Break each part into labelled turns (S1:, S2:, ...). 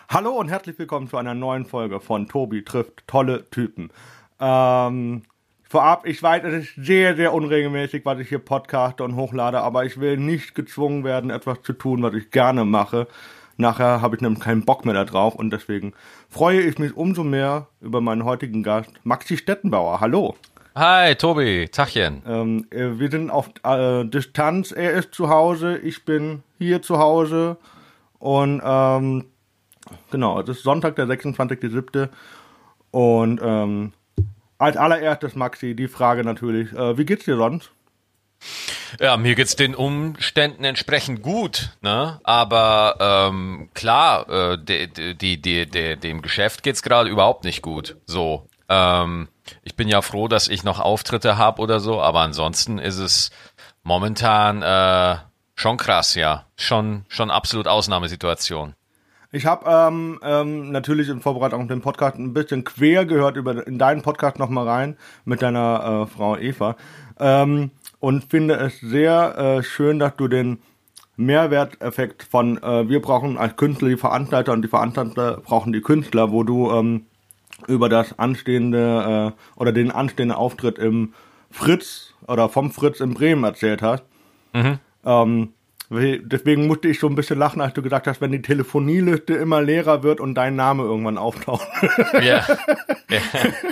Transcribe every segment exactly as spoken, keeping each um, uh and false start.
S1: Hallo und herzlich willkommen zu einer neuen Folge von Tobi trifft tolle Typen. Ähm, vorab, ich weiß, es ist sehr, sehr unregelmäßig, was ich hier podcaste und hochlade, aber ich will nicht gezwungen werden, etwas zu tun, was ich gerne mache. Nachher habe ich nämlich keinen Bock mehr da drauf und deswegen freue ich mich umso mehr über meinen heutigen Gast, Maxi Stettenbauer. Hallo.
S2: Hi, Tobi. Tachchen.
S1: Ähm, wir sind auf äh, Distanz. Er ist zu Hause, ich bin hier zu Hause und ähm, genau, es ist Sonntag, der sechsundzwanzigster siebter Und ähm, als allererstes, Maxi, die Frage natürlich, äh, wie geht's dir sonst?
S2: Ja, mir geht's den Umständen entsprechend gut, ne? Aber ähm, klar, äh, de, de, die, de, de, dem Geschäft geht's gerade überhaupt nicht gut. So, ähm, ich bin ja froh, dass ich noch Auftritte habe oder so, aber ansonsten ist es momentan äh, schon krass, ja, schon schon absolut Ausnahmesituation.
S1: Ich habe ähm, ähm, natürlich in Vorbereitung auf den Podcast ein bisschen quer gehört über in deinen Podcast nochmal rein mit deiner äh, Frau Eva ähm, und finde es sehr äh, schön, dass du den Mehrwerteffekt von äh, wir brauchen als Künstler die Veranstalter und die Veranstalter brauchen die Künstler, wo du ähm, über das anstehende äh, oder den anstehenden Auftritt im Fritz oder vom Fritz in Bremen erzählt hast. Mhm. Ähm, Deswegen musste ich so ein bisschen lachen, als du gesagt hast, wenn die Telefonieliste immer leerer wird und dein Name irgendwann auftaucht. Ja. ja.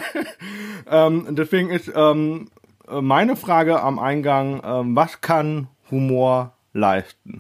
S1: ähm, deswegen ist ähm, meine Frage am Eingang, ähm, was kann Humor leisten?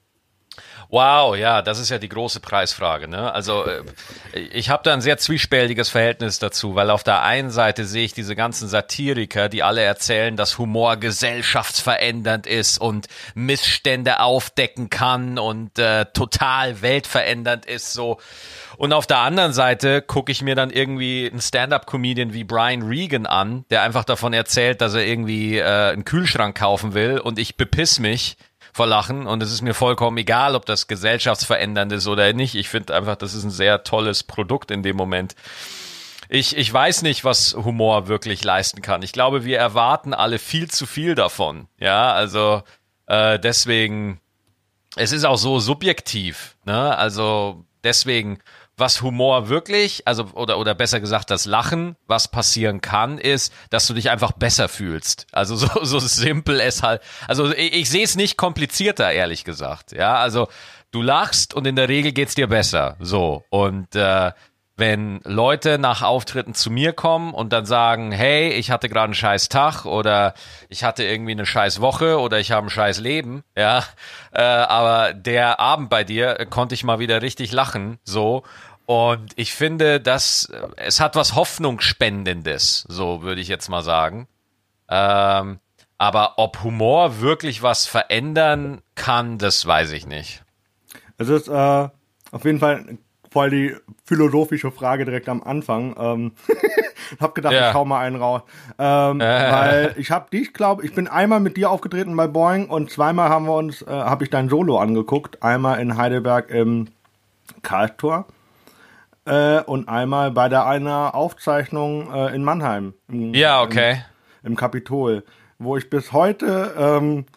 S2: Wow, ja, das ist ja die große Preisfrage, ne? Also ich habe da ein sehr zwiespältiges Verhältnis dazu, weil auf der einen Seite sehe ich diese ganzen Satiriker, die alle erzählen, dass Humor gesellschaftsverändernd ist und Missstände aufdecken kann und äh, total weltverändernd ist, so. Und auf der anderen Seite gucke ich mir dann irgendwie einen Stand-up-Comedian wie Brian Regan an, der einfach davon erzählt, dass er irgendwie äh, einen Kühlschrank kaufen will und ich bepiss mich vor Lachen und es ist mir vollkommen egal, ob das gesellschaftsverändernd ist oder nicht. Ich finde einfach, das ist ein sehr tolles Produkt in dem Moment. Ich, ich weiß nicht, was Humor wirklich leisten kann. Ich glaube, wir erwarten alle viel zu viel davon. Ja, also äh, deswegen, es ist auch so subjektiv, ne? Also deswegen, was Humor wirklich, also oder oder besser gesagt das Lachen, was passieren kann, ist, dass du dich einfach besser fühlst. Also so so simpel es halt. Also ich, ich sehe es nicht komplizierter, ehrlich gesagt. Ja, also du lachst und in der Regel geht's dir besser. So und äh, wenn Leute nach Auftritten zu mir kommen und dann sagen, hey, ich hatte gerade einen scheiß Tag oder ich hatte irgendwie eine scheiß Woche oder ich habe ein scheiß Leben, ja, äh, aber der Abend bei dir äh, konnte ich mal wieder richtig lachen, so. Und ich finde, dass es hat was Hoffnungsspendendes, so würde ich jetzt mal sagen. Ähm, aber ob Humor wirklich was verändern kann, das weiß ich nicht.
S1: Es ist äh, auf jeden Fall voll die philosophische Frage direkt am Anfang. Ähm, hab gedacht, ja. ich hau mal einen raus. Ähm, äh. Weil ich hab dich, glaube ich, bin einmal mit dir aufgetreten bei Boing und zweimal haben wir uns, äh, habe ich dein Solo angeguckt. Einmal in Heidelberg im Karlstor äh, und einmal bei der einer Aufzeichnung äh, in Mannheim. Im,
S2: ja, okay.
S1: Im, im Kapitol, wo ich bis heute ähm,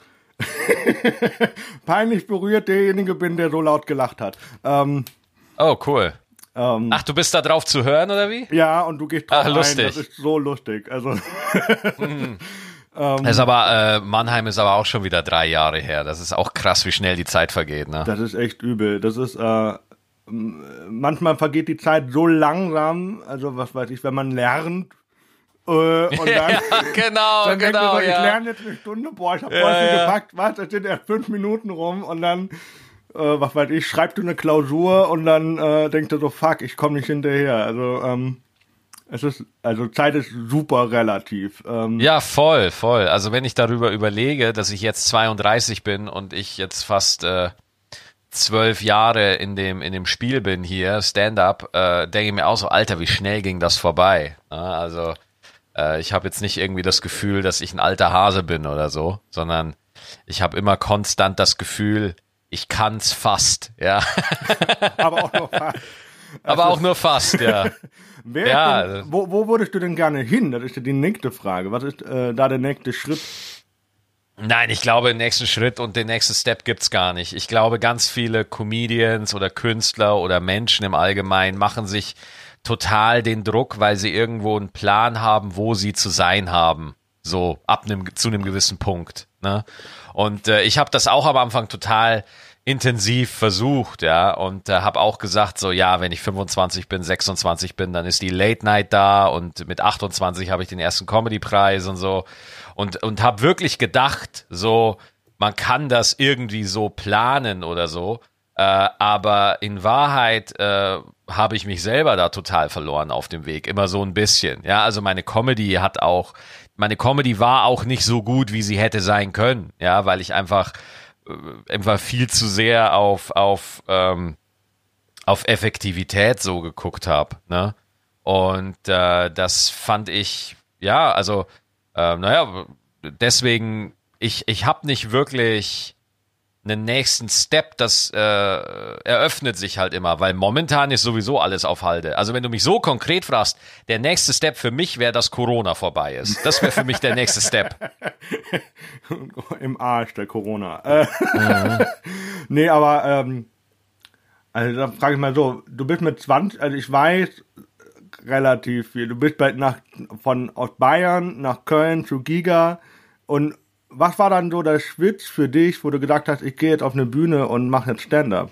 S1: peinlich berührt derjenige bin, der so laut gelacht hat. Ähm,
S2: Oh, cool.
S1: Ähm,
S2: Ach, du bist da drauf zu hören, oder wie?
S1: Ja, und du gehst drauf
S2: Ach, lustig.
S1: ein. Das ist so lustig. Also,
S2: mhm. ähm, ist aber, äh, Mannheim ist aber auch schon wieder drei Jahre her. Das ist auch krass, wie schnell die Zeit vergeht, ne?
S1: Das ist echt übel. Das ist, äh, manchmal vergeht die Zeit so langsam, also was weiß ich, wenn man lernt, äh, und dann,
S2: ja, genau,
S1: dann
S2: genau,
S1: so, ich
S2: ja.
S1: lerne jetzt eine Stunde, boah, ich hab
S2: ja,
S1: voll viel
S2: ja.
S1: gepackt, was, es sind erst fünf Minuten rum und dann Äh, was weiß ich, schreibst du eine Klausur und dann äh, denkst du so, fuck, ich komme nicht hinterher. Also, ähm, es ist, also Zeit ist super relativ. Ähm,
S2: ja, voll, voll. Also wenn ich darüber überlege, dass ich jetzt zweiunddreißig bin und ich jetzt fast äh, zwölf Jahre in dem in dem Spiel bin hier, Stand-up, äh, denke ich mir auch so, Alter, wie schnell ging das vorbei? Ja, also äh, ich habe jetzt nicht irgendwie das Gefühl, dass ich ein alter Hase bin oder so, sondern ich habe immer konstant das Gefühl, ich kann's fast, ja.
S1: Aber auch nur fast.
S2: Aber auch nur fast, ja.
S1: Wer
S2: ja.
S1: Denn, wo, wo würdest du denn gerne hin? Das ist ja die nächste Frage. Was ist äh, da der nächste Schritt?
S2: Nein, ich glaube, den nächsten Schritt und den nächsten Step gibt's gar nicht. Ich glaube, ganz viele Comedians oder Künstler oder Menschen im Allgemeinen machen sich total den Druck, weil sie irgendwo einen Plan haben, wo sie zu sein haben. So, ab einem, zu einem gewissen Punkt. Ne? Und äh, ich habe das auch am Anfang total intensiv versucht, ja, und äh, habe auch gesagt, so, ja, wenn ich fünfundzwanzig bin, sechsundzwanzig bin, dann ist die Late Night da und mit achtundzwanzig habe ich den ersten Comedy-Preis und so und, und habe wirklich gedacht, so, man kann das irgendwie so planen oder so, äh, aber in Wahrheit äh, habe ich mich selber da total verloren auf dem Weg, immer so ein bisschen, ja, also meine Comedy hat auch, meine Comedy war auch nicht so gut, wie sie hätte sein können, ja, weil ich einfach einfach viel zu sehr auf auf ähm, auf Effektivität so geguckt habe, ne? Und äh, das fand ich, ja, also äh, naja, deswegen ich ich habe nicht wirklich einen nächsten Step, das äh, eröffnet sich halt immer, weil momentan ist sowieso alles auf Halde. Also wenn du mich so konkret fragst, der nächste Step für mich wäre, dass Corona vorbei ist. Das wäre für mich der nächste Step.
S1: Im Arsch der Corona. Äh, mhm. Nee, aber ähm, also da frage ich mal so, du bist mit zwanzig, also ich weiß relativ viel. Du bist bei, nach, von aus Bayern nach Köln zu Giga und was war dann so der Switch für dich, wo du gedacht hast, ich gehe jetzt auf eine Bühne und mache jetzt Stand-up?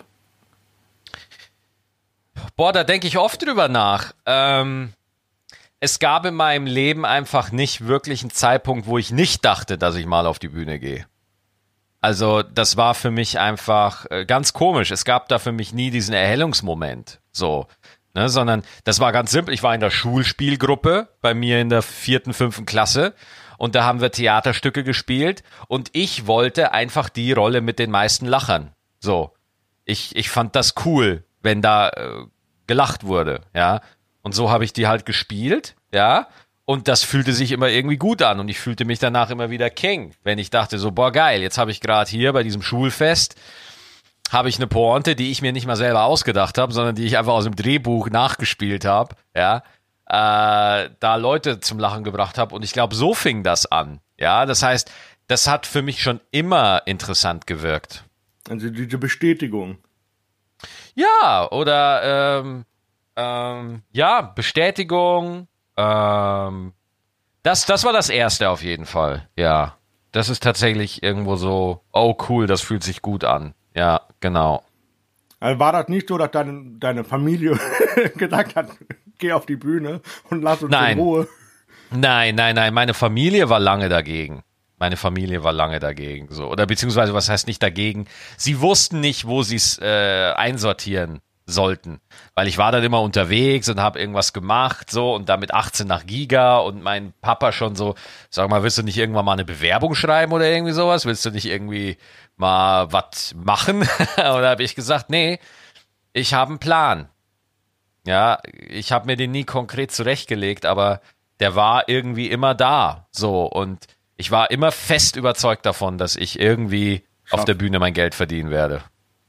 S2: Boah, da denke ich oft drüber nach. Ähm, es gab in meinem Leben einfach nicht wirklich einen Zeitpunkt, wo ich nicht dachte, dass ich mal auf die Bühne gehe. Also das war für mich einfach äh, ganz komisch. Es gab da für mich nie diesen Erhellungsmoment, so, ne, sondern das war ganz simpel. Ich war in der Schulspielgruppe bei mir in der vierten, fünften Klasse. Und da haben wir Theaterstücke gespielt und ich wollte einfach die Rolle mit den meisten Lachern. So, ich, ich fand das cool, wenn da äh, gelacht wurde, ja. Und so habe ich die halt gespielt, ja. Und das fühlte sich immer irgendwie gut an und ich fühlte mich danach immer wieder King, wenn ich dachte so, boah geil, jetzt habe ich gerade hier bei diesem Schulfest, habe ich eine Pointe, die ich mir nicht mal selber ausgedacht habe, sondern die ich einfach aus dem Drehbuch nachgespielt habe, ja. Äh, da Leute zum Lachen gebracht habe und ich glaube, so fing das an. Ja, das heißt, das hat für mich schon immer interessant gewirkt.
S1: Also diese Bestätigung.
S2: Ja, oder ähm, ähm, ja, Bestätigung. Ähm, das, das war das Erste auf jeden Fall. Ja, das ist tatsächlich irgendwo so, oh cool, das fühlt sich gut an. Ja, genau.
S1: Also war das nicht so, dass deine, deine Familie gesagt hat, geh auf die Bühne und lass uns
S2: nein.
S1: in Ruhe?
S2: Nein, nein, nein, meine Familie war lange dagegen. Meine Familie war lange dagegen, so. Oder beziehungsweise, was heißt nicht dagegen? Sie wussten nicht, wo sie es äh, einsortieren sollten. Weil ich war dann immer unterwegs und habe irgendwas gemacht, so, und dann mit achtzehn nach Giga und mein Papa schon so, sag mal, willst du nicht irgendwann mal eine Bewerbung schreiben oder irgendwie sowas? Willst du nicht irgendwie mal was machen? Und da habe ich gesagt, nee, ich habe einen Plan. Ja, ich habe mir den nie konkret zurechtgelegt, aber der war irgendwie immer da, so, und ich war immer fest überzeugt davon, dass ich irgendwie Schaff. auf der Bühne mein Geld verdienen werde.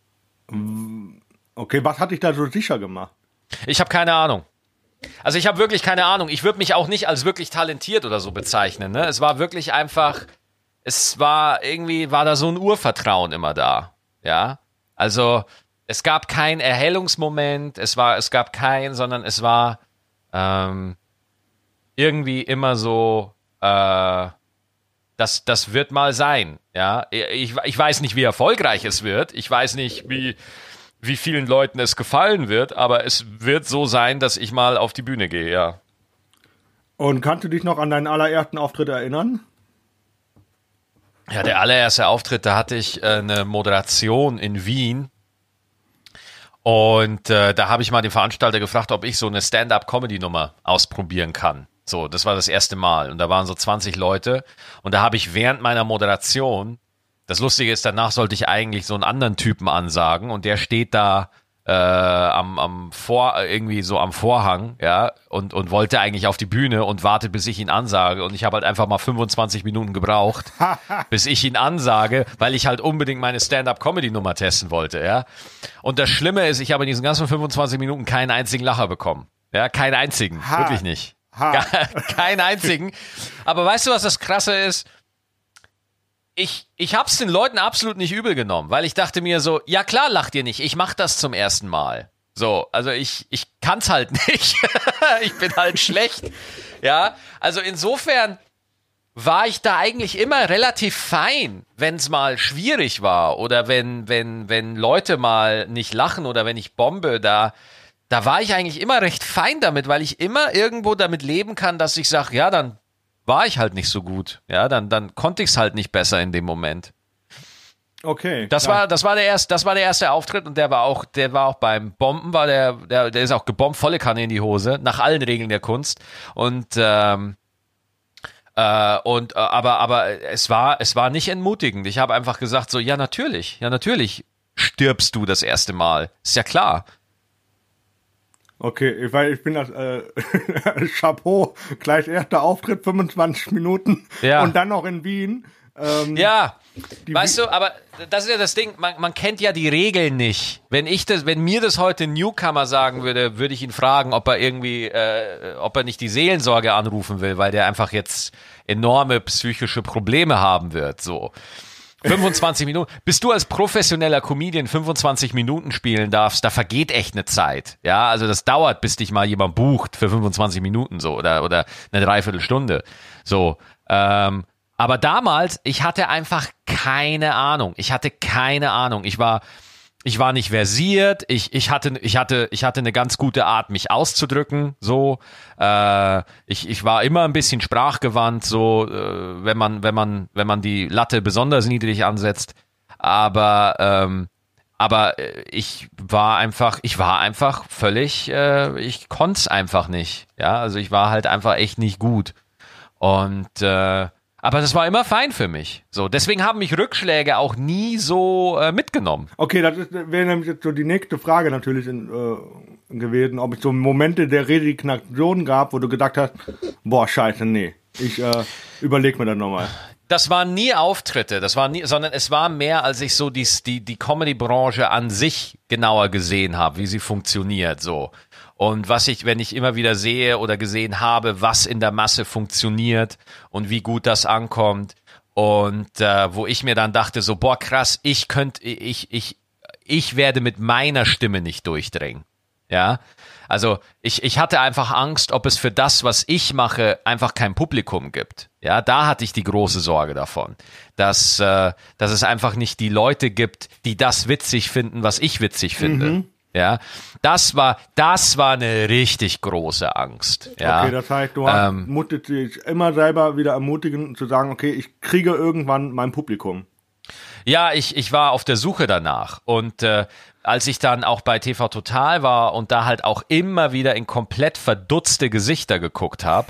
S1: Okay, was hat dich da so sicher gemacht?
S2: Ich habe keine Ahnung. Also ich habe wirklich keine Ahnung. Ich würde mich auch nicht als wirklich talentiert oder so bezeichnen, ne? Es war wirklich einfach, es war irgendwie, war da so ein Urvertrauen immer da, ja? Also es gab keinen Erhellungsmoment, es war, es gab keinen, sondern es war ähm, irgendwie immer so, äh, das, das wird mal sein, ja. Ich, ich weiß nicht, wie erfolgreich es wird, ich weiß nicht, wie, wie vielen Leuten es gefallen wird, aber es wird so sein, dass ich mal auf die Bühne gehe, ja.
S1: Und kannst du dich noch an deinen allerersten Auftritt erinnern?
S2: Ja, der allererste Auftritt, da hatte ich äh, eine Moderation in Wien. Und äh, da habe ich mal den Veranstalter gefragt, ob ich so eine Stand-up-Comedy-Nummer ausprobieren kann. So, das war das erste Mal. Und da waren so zwanzig Leute. Und da habe ich während meiner Moderation, das Lustige ist, danach sollte ich eigentlich so einen anderen Typen ansagen. Und der steht da äh, am, am Vor, irgendwie so am Vorhang, ja, und, und wollte eigentlich auf die Bühne und wartet, bis ich ihn ansage. Und ich habe halt einfach mal fünfundzwanzig Minuten gebraucht, bis ich ihn ansage, weil ich halt unbedingt meine Stand-up-Comedy-Nummer testen wollte, ja. Und das Schlimme ist, ich habe in diesen ganzen fünfundzwanzig Minuten keinen einzigen Lacher bekommen. Ja, keinen einzigen. Ha. Wirklich nicht. Ha. Keinen einzigen. Aber weißt du, was das Krasse ist? ich, ich hab's den Leuten absolut nicht übel genommen, weil ich dachte mir so, ja klar lacht ihr nicht, ich mach das zum ersten Mal. So, also ich, ich kann's halt nicht. Ich bin halt schlecht. Ja, also insofern war ich da eigentlich immer relativ fein, wenn es mal schwierig war oder wenn, wenn, wenn Leute mal nicht lachen oder wenn ich bombe, da, da war ich eigentlich immer recht fein damit, weil ich immer irgendwo damit leben kann, dass ich sage, ja, dann war ich halt nicht so gut. Ja, dann, dann konnte ich es halt nicht besser in dem Moment.
S1: Okay.
S2: Das
S1: ja.
S2: war, das war der erste, das war der erste Auftritt und der war auch, der war auch beim Bomben, war der, der, der ist auch gebombt, volle Kanne in die Hose, nach allen Regeln der Kunst. Und, ähm, äh, und, äh, aber, aber es war, es war nicht entmutigend. Ich habe einfach gesagt so, ja, natürlich, ja, natürlich stirbst du das erste Mal. Ist ja klar.
S1: Okay, weil ich bin das äh, Chapeau, gleich erster Auftritt, fünfundzwanzig Minuten
S2: Ja.
S1: und dann noch in Wien. Ähm,
S2: Ja,
S1: die
S2: weißt
S1: Wi-
S2: du, aber das ist ja das Ding, man, man kennt ja die Regeln nicht. Wenn ich das, wenn mir das heute ein Newcomer sagen würde, würde ich ihn fragen, ob er irgendwie, äh, ob er nicht die Seelensorge anrufen will, weil der einfach jetzt enorme psychische Probleme haben wird, so. fünfundzwanzig Minuten. Bis du als professioneller Comedian fünfundzwanzig Minuten spielen darfst, da vergeht echt eine Zeit. Ja, also das dauert, bis dich mal jemand bucht für fünfundzwanzig Minuten so oder, oder eine Dreiviertelstunde. So, ähm, aber damals, ich hatte einfach keine Ahnung. Ich hatte keine Ahnung. Ich war, ich war nicht versiert. Ich, ich hatte, ich hatte, ich hatte eine ganz gute Art, mich auszudrücken. So, äh, ich, ich war immer ein bisschen sprachgewandt. So, äh, wenn man, wenn man, wenn man die Latte besonders niedrig ansetzt. Aber, ähm, aber äh, ich war einfach, ich war einfach völlig, äh, ich konnte es einfach nicht. Ja, also ich war halt einfach echt nicht gut. Und äh, aber das war immer fein für mich. So, deswegen haben mich Rückschläge auch nie so äh, mitgenommen.
S1: Okay, das ist- wäre nämlich jetzt so die nächste Frage natürlich in, äh, gewesen, ob es so Momente der Resignation gab, wo du gedacht hast, boah, scheiße, nee, ich äh, überleg mir das nochmal.
S2: Das waren nie Auftritte, das war nie, sondern es war mehr, als ich so die, die, die Comedy-Branche an sich genauer gesehen habe, wie sie funktioniert, so. Und was ich, wenn ich immer wieder sehe oder gesehen habe, was in der Masse funktioniert und wie gut das ankommt und äh, wo ich mir dann dachte so, boah krass, ich könnte, ich, ich, ich werde mit meiner Stimme nicht durchdringen. Ja, also ich, ich hatte einfach Angst, ob es für das, was ich mache, einfach kein Publikum gibt. Ja, da hatte ich die große Sorge davon, dass, äh, dass es einfach nicht die Leute gibt, die das witzig finden, was ich witzig finde.
S1: Mhm.
S2: Ja, das war, das war eine richtig große Angst. Ja,
S1: Okay, das heißt, du hast,
S2: ähm,
S1: mutet dich immer selber wieder ermutigen, zu sagen, okay, ich kriege irgendwann mein Publikum.
S2: Ja, ich, ich war auf der Suche danach und äh, als ich dann auch bei T V Total war und da halt auch immer wieder in komplett verdutzte Gesichter geguckt habe,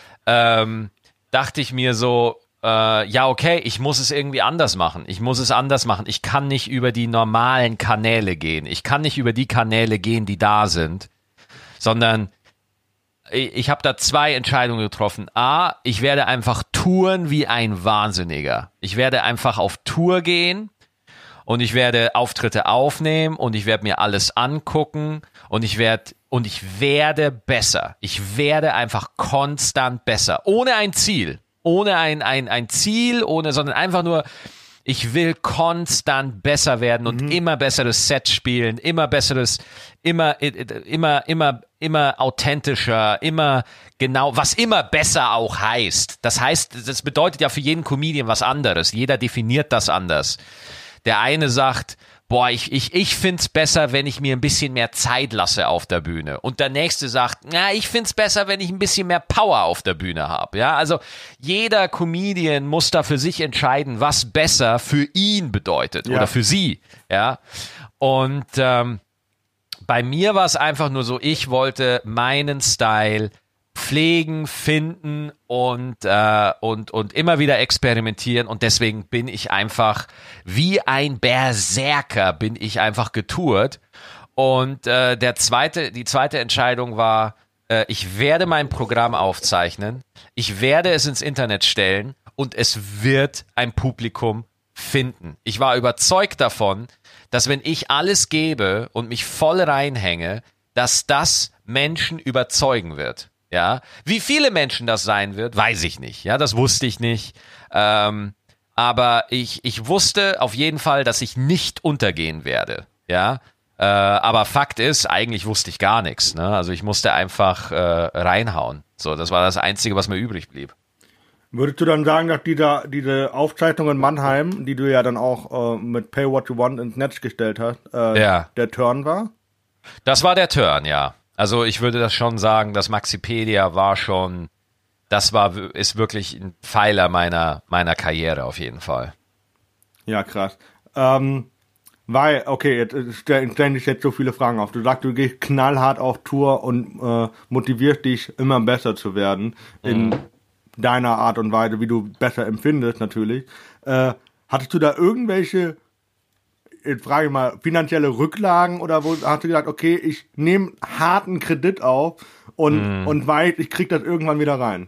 S2: ähm, dachte ich mir so, äh, ja okay, ich muss es irgendwie anders machen. Ich muss es anders machen. Ich kann nicht über die normalen Kanäle gehen. Ich kann nicht über die Kanäle gehen, die da sind, sondern ich, ich habe da zwei Entscheidungen getroffen. A, ich werde einfach touren wie ein Wahnsinniger. Ich werde einfach auf Tour gehen und ich werde Auftritte aufnehmen und ich werde mir alles angucken und ich werde und ich werde besser. Ich werde einfach konstant besser. Ohne ein Ziel. Ohne ein, ein, ein Ziel, ohne, sondern einfach nur, ich will konstant besser werden und mhm. immer besseres Set spielen, immer besseres, immer, immer, immer, immer authentischer, immer genau, was immer besser auch heißt. Das heißt, das bedeutet ja für jeden Comedian was anderes. Jeder definiert das anders. Der eine sagt, boah, ich, ich, ich find's besser, wenn ich mir ein bisschen mehr Zeit lasse auf der Bühne. Und der nächste sagt, na, ich find's besser, wenn ich ein bisschen mehr Power auf der Bühne habe. Ja, also jeder Comedian muss da für sich entscheiden, was besser für ihn bedeutet
S1: ja.
S2: oder für sie. Ja, und ähm, bei mir war es einfach nur so, ich wollte meinen Style pflegen, finden und, äh, und, und immer wieder experimentieren und deswegen bin ich einfach wie ein Berserker bin ich einfach getourt und äh, der zweite, die zweite Entscheidung war, äh, ich werde mein Programm aufzeichnen, ich werde es ins Internet stellen und es wird ein Publikum finden. Ich war überzeugt davon, dass wenn ich alles gebe und mich voll reinhänge, dass das Menschen überzeugen wird. Ja, wie viele Menschen das sein wird, weiß ich nicht. Ja, das wusste ich nicht. Ähm, aber ich, ich wusste auf jeden Fall, dass ich nicht untergehen werde, ja. Äh, aber Fakt ist, eigentlich wusste ich gar nichts, ne? Also ich musste einfach äh, reinhauen. So, das war das Einzige, was mir übrig blieb.
S1: Würdest du dann sagen, dass diese, diese Aufzeichnung in Mannheim, die du ja dann auch äh, mit Pay What You Want ins Netz gestellt hast, äh,
S2: ja.
S1: der Turn war?
S2: Das war der Turn, ja. Also ich würde das schon sagen, dass Maxipedia war schon, das war, ist wirklich ein Pfeiler meiner, meiner Karriere auf jeden Fall.
S1: Ja, krass. Ähm, weil, okay, jetzt stellen stell dich jetzt so viele Fragen auf. Du sagst, du gehst knallhart auf Tour und äh, motivierst dich, immer besser zu werden in mhm. deiner Art und Weise, wie du besser empfindest natürlich. Äh, hattest du da irgendwelche, jetzt frage ich mal, finanzielle Rücklagen oder wo hast du gesagt, okay, ich nehme harten Kredit auf und, mm. und weiß, ich krieg das irgendwann wieder rein?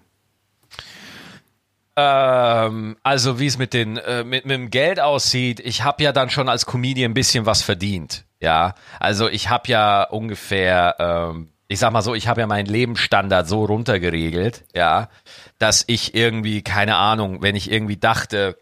S2: Ähm, also wie es mit, den, äh, mit, mit dem Geld aussieht, ich habe ja dann schon als Comedian ein bisschen was verdient, ja. Also ich habe ja ungefähr, ähm, ich sag mal so, ich habe ja meinen Lebensstandard so runtergeregelt, ja, dass ich irgendwie, keine Ahnung, wenn ich irgendwie dachte,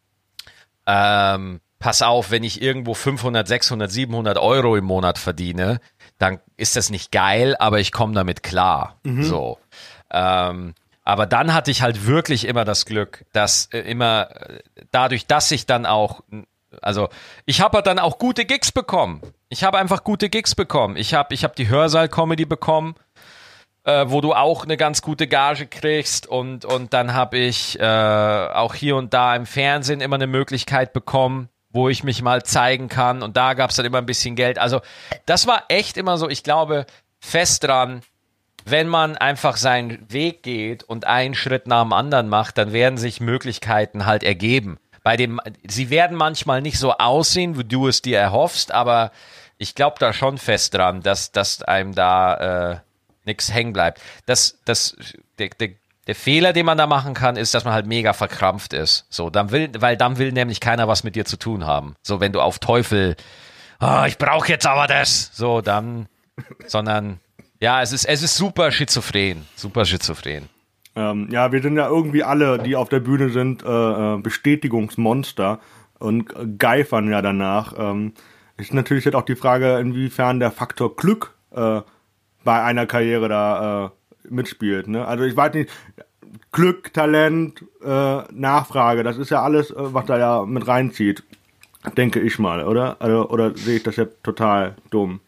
S2: ähm, pass auf, wenn ich irgendwo fünfhundert, sechshundert, siebenhundert Euro im Monat verdiene, dann ist das nicht geil, aber ich komme damit klar. Mhm. So. Ähm, aber dann hatte ich halt wirklich immer das Glück, dass äh, immer äh, dadurch, dass ich dann auch, also ich habe dann auch gute Gigs bekommen. Ich habe einfach gute Gigs bekommen. Ich habe ich hab die Hörsaal-Comedy bekommen, äh, wo du auch eine ganz gute Gage kriegst und, und dann habe ich äh, auch hier und da im Fernsehen immer eine Möglichkeit bekommen, wo ich mich mal zeigen kann und da gab es dann immer ein bisschen Geld. Also das war echt immer so, ich glaube fest dran, wenn man einfach seinen Weg geht und einen Schritt nach dem anderen macht, dann werden sich Möglichkeiten halt ergeben. Bei dem, sie werden manchmal nicht so aussehen, wie du es dir erhoffst, aber ich glaube da schon fest dran, dass, dass einem da äh, nichts hängen bleibt. Das, das, der, der, Der Fehler, den man da machen kann, ist, dass man halt mega verkrampft ist. So, dann will, weil dann will nämlich keiner was mit dir zu tun haben. So, wenn du auf Teufel, oh, ich brauche jetzt aber das. So, dann, sondern, ja, es ist, es ist super schizophren. Super schizophren.
S1: Ähm, ja, wir sind ja irgendwie alle, die auf der Bühne sind, äh, Bestätigungsmonster und geifern ja danach. Ähm, ist natürlich jetzt auch die Frage, inwiefern der Faktor Glück äh, bei einer Karriere da äh, mitspielt, ne? Also ich weiß nicht, Glück, Talent, äh, Nachfrage, das ist ja alles, äh, was da ja mit reinzieht, denke ich mal, oder? Also, oder sehe ich das jetzt total dumm?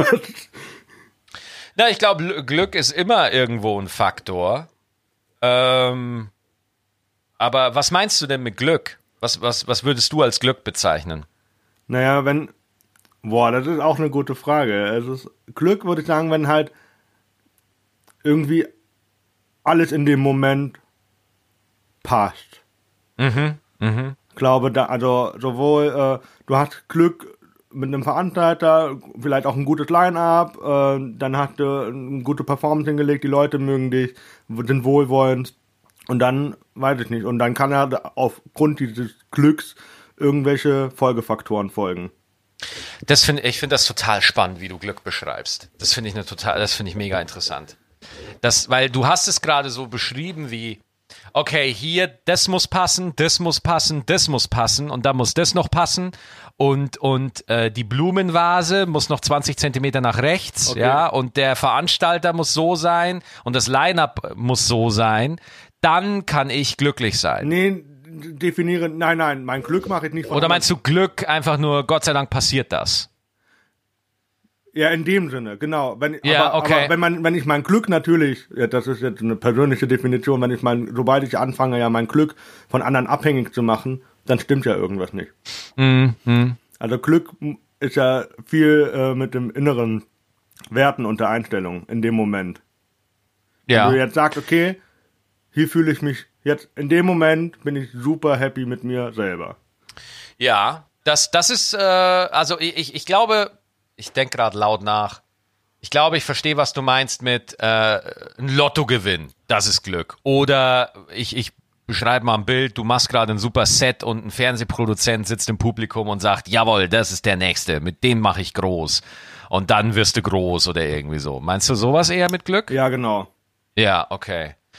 S2: Na, ich glaube, Glück ist immer irgendwo ein Faktor. Ähm, aber was meinst du denn mit Glück? Was, was, was würdest du als Glück bezeichnen?
S1: Naja, wenn, boah, das ist auch eine gute Frage. Es ist, Glück würde ich sagen, wenn halt irgendwie alles in dem Moment passt.
S2: Mhm, mhm.
S1: Ich glaube, da, also sowohl, äh, du hast Glück mit einem Veranstalter, vielleicht auch ein gutes Line-Up, äh, dann hast du eine gute Performance hingelegt, die Leute mögen dich, sind wohlwollend und dann, weiß ich nicht, und dann kann ja aufgrund dieses Glücks irgendwelche Folgefaktoren folgen.
S2: Das finde ich finde das total spannend, wie du Glück beschreibst. Das finde ich eine total, das finde ich mega interessant. Das, weil du hast es gerade so beschrieben wie, okay, hier, das muss passen, das muss passen, das muss passen und da muss das noch passen und, und äh, die Blumenvase muss noch zwanzig Zentimeter nach rechts, okay. Ja, und der Veranstalter muss so sein und das Line-Up muss so sein, dann kann ich glücklich sein.
S1: Nee, definiere, nein, nein, mein Glück mache ich nicht.
S2: Oder meinst du Glück einfach nur, Gott sei Dank passiert das?
S1: Ja, in dem Sinne, genau. Wenn,
S2: ja,
S1: aber,
S2: okay.
S1: aber wenn man, wenn ich mein Glück natürlich, ja, das ist jetzt eine persönliche Definition, wenn ich mein, sobald ich anfange, ja mein Glück von anderen abhängig zu machen, dann stimmt ja irgendwas nicht.
S2: Mhm.
S1: Also Glück ist ja viel äh, mit dem inneren Werten und der Einstellung in dem Moment.
S2: Ja.
S1: Wenn du jetzt sagst, okay, hier fühle ich mich jetzt, in dem Moment bin ich super happy mit mir selber.
S2: Ja, das, das ist, äh, also ich, ich glaube, ich denke gerade laut nach. Ich glaube, ich verstehe, was du meinst mit äh, ein Lottogewinn. Das ist Glück. Oder ich, ich beschreibe mal ein Bild, du machst gerade ein super Set und ein Fernsehproduzent sitzt im Publikum und sagt, jawohl, das ist der Nächste, mit dem mache ich groß. Und dann wirst du groß oder irgendwie so. Meinst du sowas eher mit Glück?
S1: Ja, genau.
S2: Ja, okay.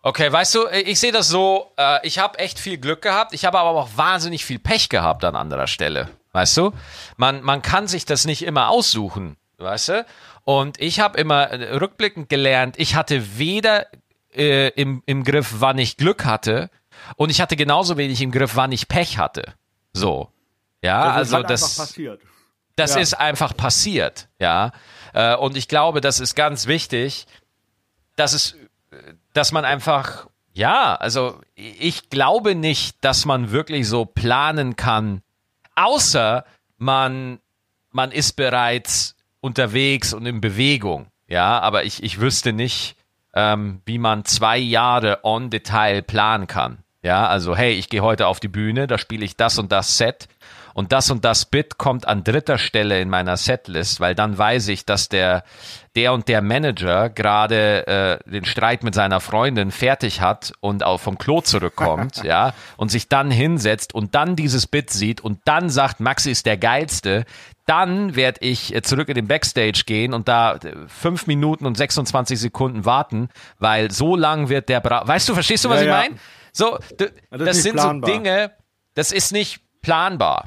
S2: Okay, weißt du, ich sehe das so, äh, ich habe echt viel Glück gehabt, ich habe aber auch wahnsinnig viel Pech gehabt an anderer Stelle, weißt du? Man, man kann sich das nicht immer aussuchen, weißt du? Und ich habe immer äh, rückblickend gelernt, ich hatte weder äh, im, im Griff, wann ich Glück hatte, und ich hatte genauso wenig im Griff, wann ich Pech hatte. So. Ja,
S1: das
S2: also
S1: ist halt
S2: das,
S1: einfach passiert.
S2: das
S1: Ja.
S2: ist einfach passiert, ja. Äh, und ich glaube, das ist ganz wichtig, dass es, dass man einfach, ja, also ich glaube nicht, dass man wirklich so planen kann, außer man, man ist bereits unterwegs und in Bewegung, ja, aber ich, ich wüsste nicht, ähm, wie man zwei Jahre on Detail planen kann, ja, also hey, ich gehe heute auf die Bühne, da spiele ich das und das Set und das und das Bit kommt an dritter Stelle in meiner Setlist, weil dann weiß ich, dass der der und der Manager gerade äh, den Streit mit seiner Freundin fertig hat und auch vom Klo zurückkommt, ja, und sich dann hinsetzt und dann dieses Bit sieht und dann sagt, Maxi ist der Geilste, dann werde ich äh, zurück in den Backstage gehen und da äh, fünf Minuten und sechsundzwanzig Sekunden warten, weil so lang wird der Bra- Weißt du, verstehst du, was
S1: Ja,
S2: ich
S1: ja.
S2: meine? So, d-
S1: Das
S2: das,
S1: ist nicht
S2: sind
S1: planbar.
S2: so Dinge, das ist nicht planbar.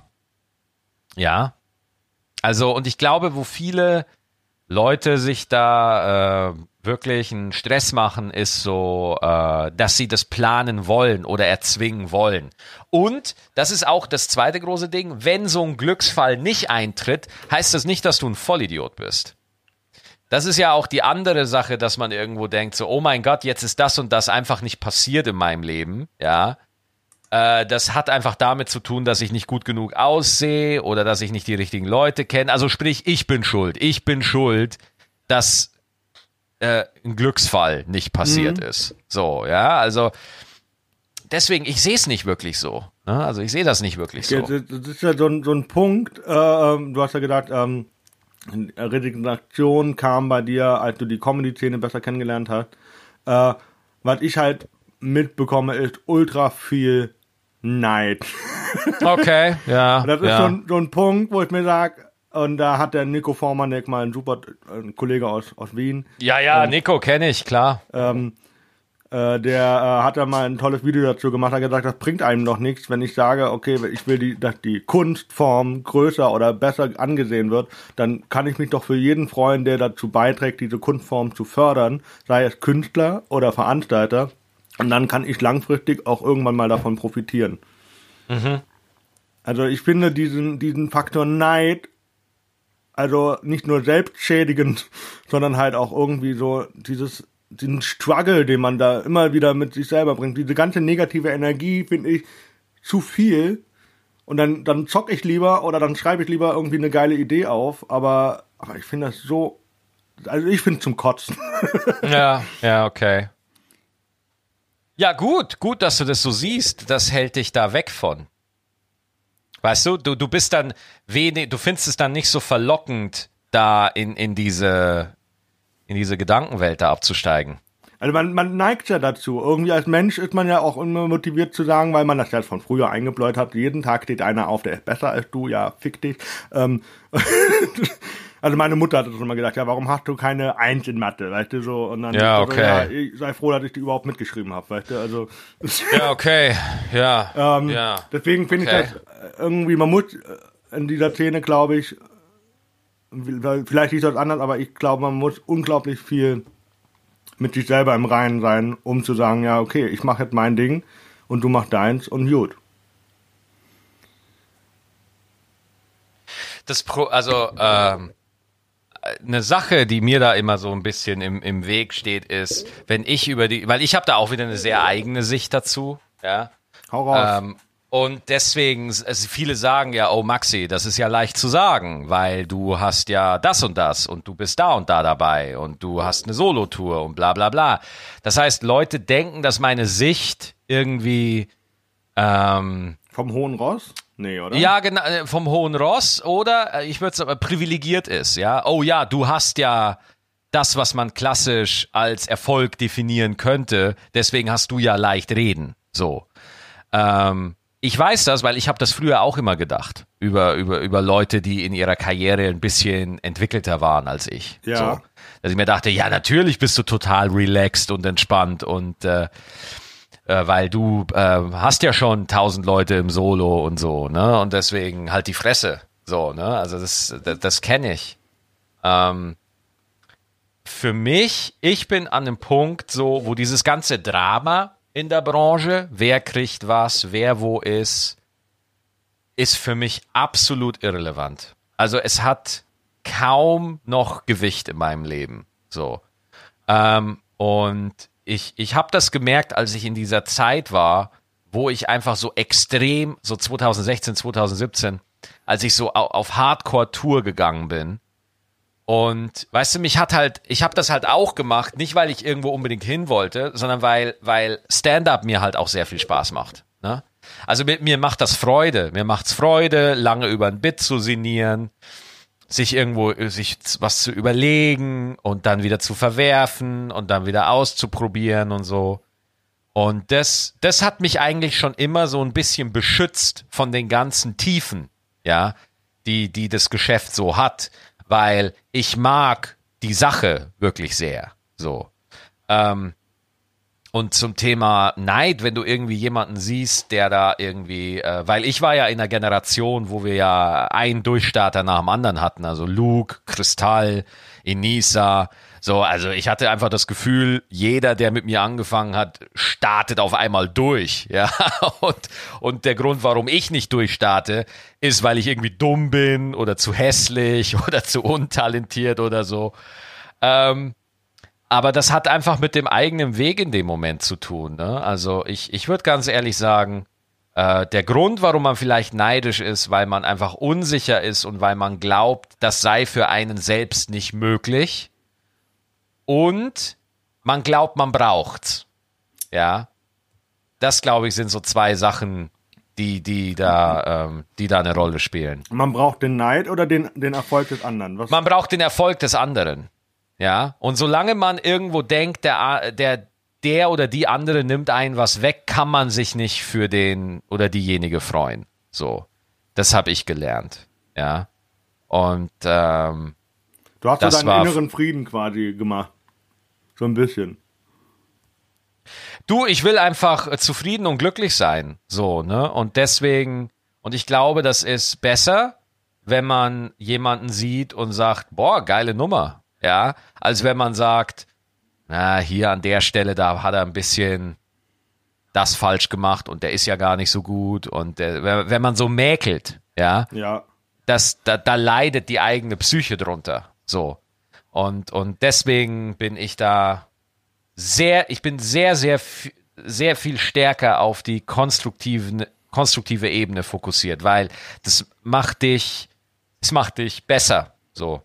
S2: Ja. Also, und ich glaube, wo viele Leute sich da äh, wirklich einen Stress machen, ist so, äh, dass sie das planen wollen oder erzwingen wollen. Und das ist auch das zweite große Ding, wenn so ein Glücksfall nicht eintritt, heißt das nicht, dass du ein Vollidiot bist. Das ist ja auch die andere Sache, dass man irgendwo denkt, so, oh mein Gott, jetzt ist das und das einfach nicht passiert in meinem Leben, ja. Äh, das hat einfach damit zu tun, dass ich nicht gut genug aussehe oder dass ich nicht die richtigen Leute kenne. Also sprich, ich bin schuld. Ich bin schuld, dass äh, ein Glücksfall nicht passiert
S1: Mhm.
S2: ist. So, ja, also deswegen, ich sehe es nicht wirklich so. Ne? Also ich sehe das nicht wirklich so.
S1: Das, das ist ja so ein, so ein Punkt, äh, ähm, du hast ja gesagt, ähm, Resignation kam bei dir, als du die Comedy-Szene besser kennengelernt hast. Äh, was ich halt mitbekomme, ist ultra viel Neid.
S2: Okay, ja.
S1: Das ist
S2: ja.
S1: so, ein, so ein Punkt, wo ich mir sage, und da hat der Nico Vormanek mal ein super ein Kollege aus, aus Wien,
S2: ja, ja, Nico kenne ich, klar.
S1: ähm, äh, der äh, hat da mal ein tolles Video dazu gemacht, hat gesagt, das bringt einem doch nichts, wenn ich sage, okay, ich will, die, dass die Kunstform größer oder besser angesehen wird, dann kann ich mich doch für jeden freuen, der dazu beiträgt, diese Kunstform zu fördern, sei es Künstler oder Veranstalter, und dann kann ich langfristig auch irgendwann mal davon profitieren.
S2: Mhm.
S1: Also ich finde diesen, diesen Faktor Neid, also nicht nur selbstschädigend, sondern halt auch irgendwie so dieses, diesen Struggle, den man da immer wieder mit sich selber bringt. Diese ganze negative Energie finde ich zu viel. Und dann, dann zock ich lieber oder dann schreibe ich lieber irgendwie eine geile Idee auf. Aber, aber ich finde das so, also ich finde es zum Kotzen.
S2: Ja, ja, okay. Ja, gut, gut, dass du das so siehst. Das hält dich da weg von. Weißt du, du, du bist dann wenig, du findest es dann nicht so verlockend, da in, in diese, in diese Gedankenwelt da abzusteigen.
S1: Also man, man neigt ja dazu. Irgendwie als Mensch ist man ja auch immer motiviert zu sagen, weil man das ja von früher eingebläut hat, jeden Tag steht einer auf, der ist besser als du, ja, fick dich. Ähm, also meine Mutter hat das immer gesagt, ja, warum hast du keine Eins in Mathe, weißt du, so. Und dann
S2: Ja,
S1: so,
S2: okay.
S1: ja, ich sei froh, dass ich die überhaupt mitgeschrieben habe, weißt du, also.
S2: Ja, okay, ja,
S1: ähm,
S2: ja.
S1: Deswegen finde
S2: Okay.
S1: ich das irgendwie, man muss in dieser Szene, glaube ich, vielleicht ist das anders, aber ich glaube, man muss unglaublich viel mit sich selber im Reinen sein, um zu sagen, ja, okay, ich mache jetzt mein Ding und du machst deins und gut.
S2: Das Pro, also ähm, eine Sache, die mir da immer so ein bisschen im, im Weg steht, ist, wenn ich über die, weil ich habe da auch wieder eine sehr eigene Sicht dazu, ja.
S1: Hau raus.
S2: Ähm, und deswegen, also viele sagen ja, oh Maxi, das ist ja leicht zu sagen, weil du hast ja das und das und du bist da und da dabei und du hast eine Solotour und bla bla bla. Das heißt, Leute denken, dass meine Sicht irgendwie ähm,
S1: Vom Hohen Ross? Nee, oder?
S2: ja, genau, äh, vom Hohen Ross oder äh, ich würde sagen, privilegiert ist, ja. Oh ja, du hast ja das, was man klassisch als Erfolg definieren könnte, deswegen hast du ja leicht reden, so. Ähm, ich weiß das, weil ich habe das früher auch immer gedacht über, über, über Leute, die in ihrer Karriere ein bisschen entwickelter waren als ich.
S1: Ja.
S2: So. Dass ich mir dachte, ja, natürlich bist du total relaxed und entspannt und äh, äh, weil du äh, hast ja schon tausend Leute im Solo und so, ne? Und deswegen halt die Fresse. So, ne? Also das, das, das kenne ich. Ähm, für mich, ich bin an einem Punkt so, wo dieses ganze Drama in der Branche, wer kriegt was, wer wo ist, ist für mich absolut irrelevant. Also es hat kaum noch Gewicht in meinem Leben. So. Ähm, und ich, ich habe das gemerkt, als ich in dieser Zeit war, wo ich einfach so extrem, so zwanzig sechzehn, zwanzig siebzehn, als ich so auf Hardcore-Tour gegangen bin. Und weißt du, mich hat halt, ich habe das halt auch gemacht, nicht weil ich irgendwo unbedingt hin wollte, sondern weil, weil Stand-up mir halt auch sehr viel Spaß macht. Ne? Also mit, mir macht das Freude. Mir macht's Freude, lange über ein Bit zu sinnieren, sich irgendwo sich was zu überlegen und dann wieder zu verwerfen und dann wieder auszuprobieren und so. Und das, das hat mich eigentlich schon immer so ein bisschen beschützt von den ganzen Tiefen, ja, die, die das Geschäft so hat, weil ich mag die Sache wirklich sehr, so. Ähm, Und zum Thema Neid, wenn du irgendwie jemanden siehst, der da irgendwie, äh, weil ich war ja in einer Generation, wo wir ja einen Durchstarter nach dem anderen hatten, also Luke, Kristall, Enisa, so, also ich hatte einfach das Gefühl, jeder, der mit mir angefangen hat, startet auf einmal durch, ja, und, und der Grund, warum ich nicht durchstarte, ist, weil ich irgendwie dumm bin oder zu hässlich oder zu untalentiert oder so, ähm, aber das hat einfach mit dem eigenen Weg in dem Moment zu tun. Ne? Also ich, ich würde ganz ehrlich sagen, äh, der Grund, warum man vielleicht neidisch ist, weil man einfach unsicher ist und weil man glaubt, das sei für einen selbst nicht möglich. Und man glaubt, man braucht's. Ja, das glaube ich sind so zwei Sachen, die, die da, ähm, die da eine Rolle spielen.
S1: Man braucht den Neid oder den, den Erfolg des anderen? Was?
S2: Man braucht den Erfolg des anderen. Ja, und solange man irgendwo denkt, der, der, der oder die andere nimmt einen was weg, kann man sich nicht für den oder diejenige freuen. So, das habe ich gelernt. Ja, und ähm,
S1: du hast
S2: das
S1: so deinen
S2: war
S1: inneren Frieden quasi gemacht. So ein bisschen.
S2: Du, ich will einfach zufrieden und glücklich sein. So, ne? Und deswegen, und ich glaube, das ist besser, wenn man jemanden sieht und sagt, boah, geile Nummer. Ja, als wenn man sagt, na, hier an der Stelle, da hat er ein bisschen das falsch gemacht und der ist ja gar nicht so gut. Und der, wenn man so mäkelt, ja,
S1: Ja.
S2: das, da, da leidet die eigene Psyche drunter. So. Und, und deswegen bin ich da sehr, ich bin sehr, sehr, sehr viel stärker auf die konstruktiven, konstruktive Ebene fokussiert, weil das macht dich, das macht dich besser. So.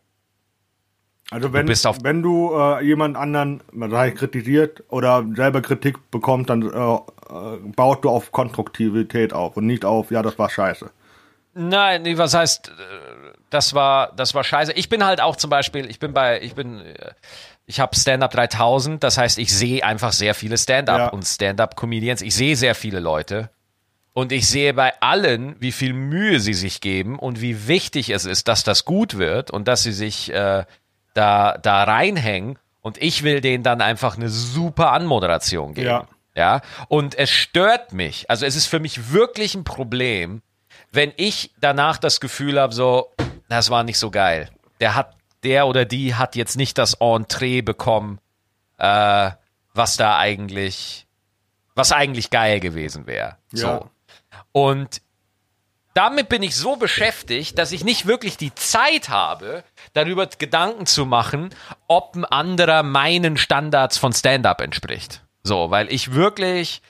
S1: Also wenn
S2: du, bist auf
S1: wenn du äh, jemand anderen sag ich, kritisiert oder selber Kritik bekommst, dann äh, äh, baust du auf Konstruktivität auf und nicht auf, ja, das war scheiße.
S2: Nein, nee, was heißt, das war, das war scheiße. Ich bin halt auch zum Beispiel, ich bin bei, ich bin, ich habe Stand-Up dreitausend, das heißt, ich sehe einfach sehr viele Stand-Up
S1: Ja.
S2: und Stand-Up-Comedians. Ich sehe sehr viele Leute und ich sehe bei allen, wie viel Mühe sie sich geben und wie wichtig es ist, dass das gut wird und dass sie sich äh, da, da reinhängen und ich will denen dann einfach eine super Anmoderation geben.
S1: Ja.
S2: Ja, und es stört mich, also es ist für mich wirklich ein Problem, wenn ich danach das Gefühl habe, so, das war nicht so geil. Der hat, der oder die hat jetzt nicht das Entree bekommen, äh, was da eigentlich, was eigentlich geil gewesen wäre. So.
S1: Ja.
S2: Und damit bin ich so beschäftigt, dass ich nicht wirklich die Zeit habe, darüber Gedanken zu machen, ob ein anderer meinen Standards von Stand-Up entspricht. So, weil ich wirklich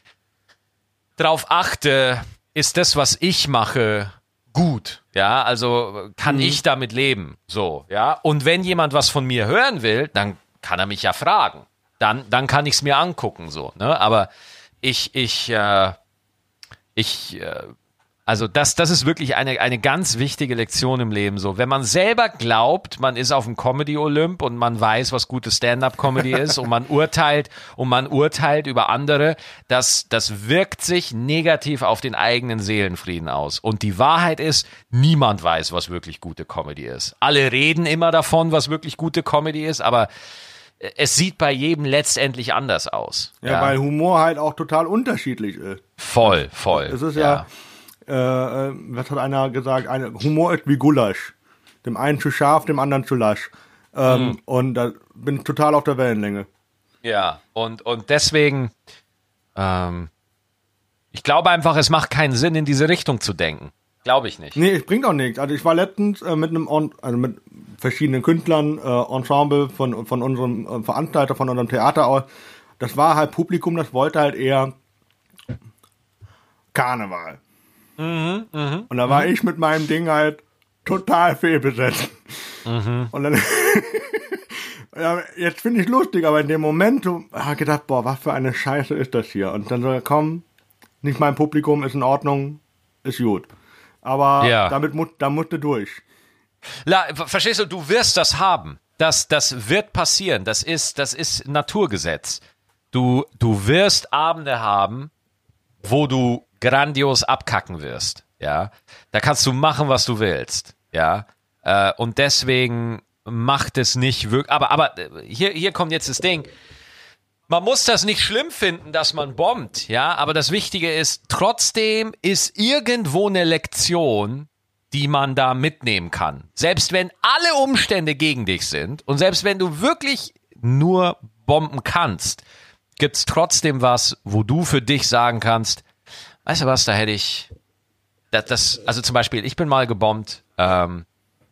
S2: darauf achte, ist das, was ich mache, gut? Ja, also kann
S1: Mhm.
S2: ich damit leben? So, ja. Und wenn jemand was von mir hören will, dann kann er mich ja fragen. Dann, dann kann ich es mir angucken, so, ne? Aber ich, ich, äh, ich, äh, Also das, das ist wirklich eine, eine ganz wichtige Lektion im Leben. So, wenn man selber glaubt, man ist auf dem Comedy-Olymp und man weiß, was gute Stand-up-Comedy ist und man urteilt und man urteilt über andere, das, das wirkt sich negativ auf den eigenen Seelenfrieden aus. Und die Wahrheit ist, niemand weiß, was wirklich gute Comedy ist. Alle reden immer davon, was wirklich gute Comedy ist, aber es sieht bei jedem letztendlich anders aus.
S1: Ja,
S2: ja.
S1: weil Humor halt auch total unterschiedlich ist.
S2: Voll, voll.
S1: Es ist ja, ja äh, was hat einer gesagt, eine, Humor ist wie Gulasch. Dem einen zu scharf, dem anderen zu lasch. Ähm, mhm. Und da bin ich total auf der Wellenlänge.
S2: Ja, und, und deswegen, ähm, ich glaube einfach, es macht keinen Sinn, in diese Richtung zu denken. Glaube ich nicht.
S1: Nee, es bringt auch nichts. Also ich war letztens äh, mit einem, On- also mit verschiedenen Künstlern, äh, Ensemble von, von unserem äh, Veranstalter, von unserem Theater aus. Das war halt Publikum, das wollte halt eher Karneval.
S2: Mhm, mh,
S1: und da war
S2: mh.
S1: ich mit meinem Ding halt total fehlbesetzt.
S2: Mhm.
S1: Und dann, ja, jetzt finde ich lustig, aber in dem Moment habe ich gedacht, boah, was für eine Scheiße ist das hier? Und dann so, komm, nicht mein Publikum, ist in Ordnung, ist gut. Aber
S2: ja.
S1: damit mu- da musst du durch.
S2: La, verstehst du, du wirst das haben. Das, das wird passieren. Das ist, das ist Naturgesetz. Du, du wirst Abende haben, wo du grandios abkacken wirst. Ja, da kannst du machen, was du willst. Ja, äh, und deswegen macht es nicht wirklich. Aber, aber hier, hier kommt jetzt das Ding. Man muss das nicht schlimm finden, dass man bombt, ja, aber das Wichtige ist, trotzdem ist irgendwo eine Lektion, die man da mitnehmen kann. Selbst wenn alle Umstände gegen dich sind und selbst wenn du wirklich nur bomben kannst, gibt's trotzdem was, wo du für dich sagen kannst, weißt du was, da hätte ich, das, das also zum Beispiel, ich bin mal gebombt, ähm,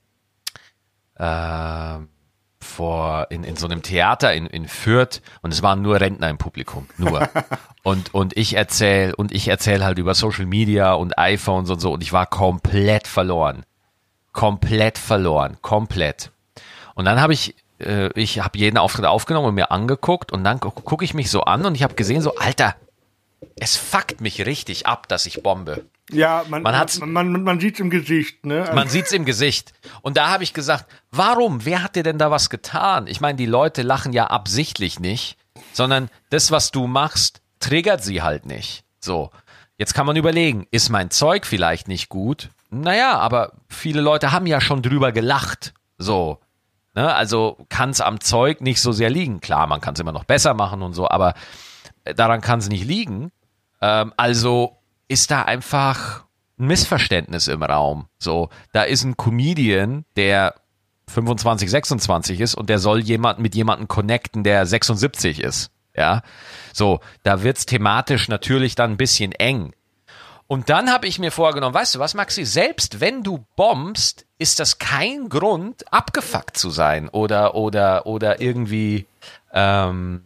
S2: ähm, vor in, in so einem Theater in, in Fürth und es waren nur Rentner im Publikum, nur. und, und ich erzähl und ich erzähl halt über Social Media und iPhones und so und ich war komplett verloren. Komplett verloren, komplett. Und dann habe ich, äh, ich habe jeden Auftritt aufgenommen und mir angeguckt und dann gu- gucke ich mich so an und ich habe gesehen so, Alter, es fuckt mich richtig ab, dass ich bombe.
S1: Ja, man,
S2: Man
S1: man,
S2: hat's-
S1: man, man, man sieht's im Gesicht, ne? Also,
S2: Man sieht's im Gesicht. Und da habe ich gesagt, warum? Wer hat dir denn da was getan? Ich meine, die Leute lachen ja absichtlich nicht, sondern das, was du machst, triggert sie halt nicht. So, jetzt kann man überlegen, ist mein Zeug vielleicht nicht gut? Naja, aber viele Leute haben ja schon drüber gelacht. So, ne? Also kann's am Zeug nicht so sehr liegen. Klar, man kann es immer noch besser machen und so, aber daran kann es nicht liegen. Ähm, also ist da einfach ein Missverständnis im Raum. So, da ist ein Comedian, der fünfundzwanzig, sechsundzwanzig ist und der soll jemand mit jemandem connecten, der sechsundsiebzig ist. Ja, so, da wird's thematisch natürlich dann ein bisschen eng. Und dann habe ich mir vorgenommen, weißt du was, Maxi, selbst wenn du bombst, ist das kein Grund, abgefuckt zu sein oder oder oder irgendwie ähm,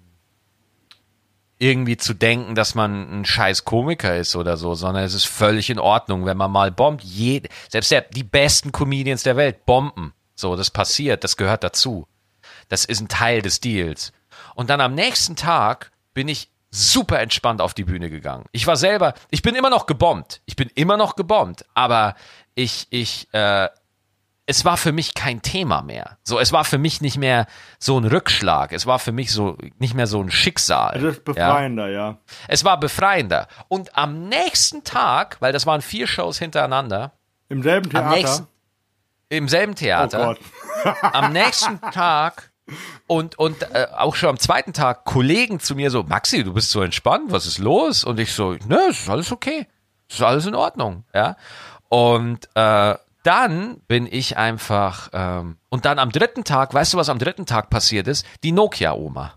S2: irgendwie zu denken, dass man ein scheiß Komiker ist oder so, sondern es ist völlig in Ordnung, wenn man mal bombt. Jed- Selbst der, die besten Comedians der Welt bomben. So, das passiert, das gehört dazu. Das ist ein Teil des Deals. Und dann am nächsten Tag bin ich super entspannt auf die Bühne gegangen. Ich war selber, ich bin immer noch gebombt. Ich bin immer noch gebombt, aber ich, ich, äh, es war für mich kein Thema mehr. So, es war für mich nicht mehr so ein Rückschlag. Es war für mich so nicht mehr so ein Schicksal.
S1: es ist befreiender, ja.
S2: Ja. Es war befreiender. Und am nächsten Tag, weil das waren vier Shows hintereinander,
S1: Im selben Theater.
S2: am nächsten, im selben
S1: oh
S2: Theater,
S1: Gott.
S2: am nächsten Tag und, und äh, auch schon am zweiten Tag Kollegen zu mir so, Maxi, du bist so entspannt, was ist los? Und ich so, ne, es ist alles okay. Es ist alles in Ordnung, ja. Und äh, dann bin ich einfach, ähm, und dann am dritten Tag, weißt du, was am dritten Tag passiert ist? Die Nokia-Oma.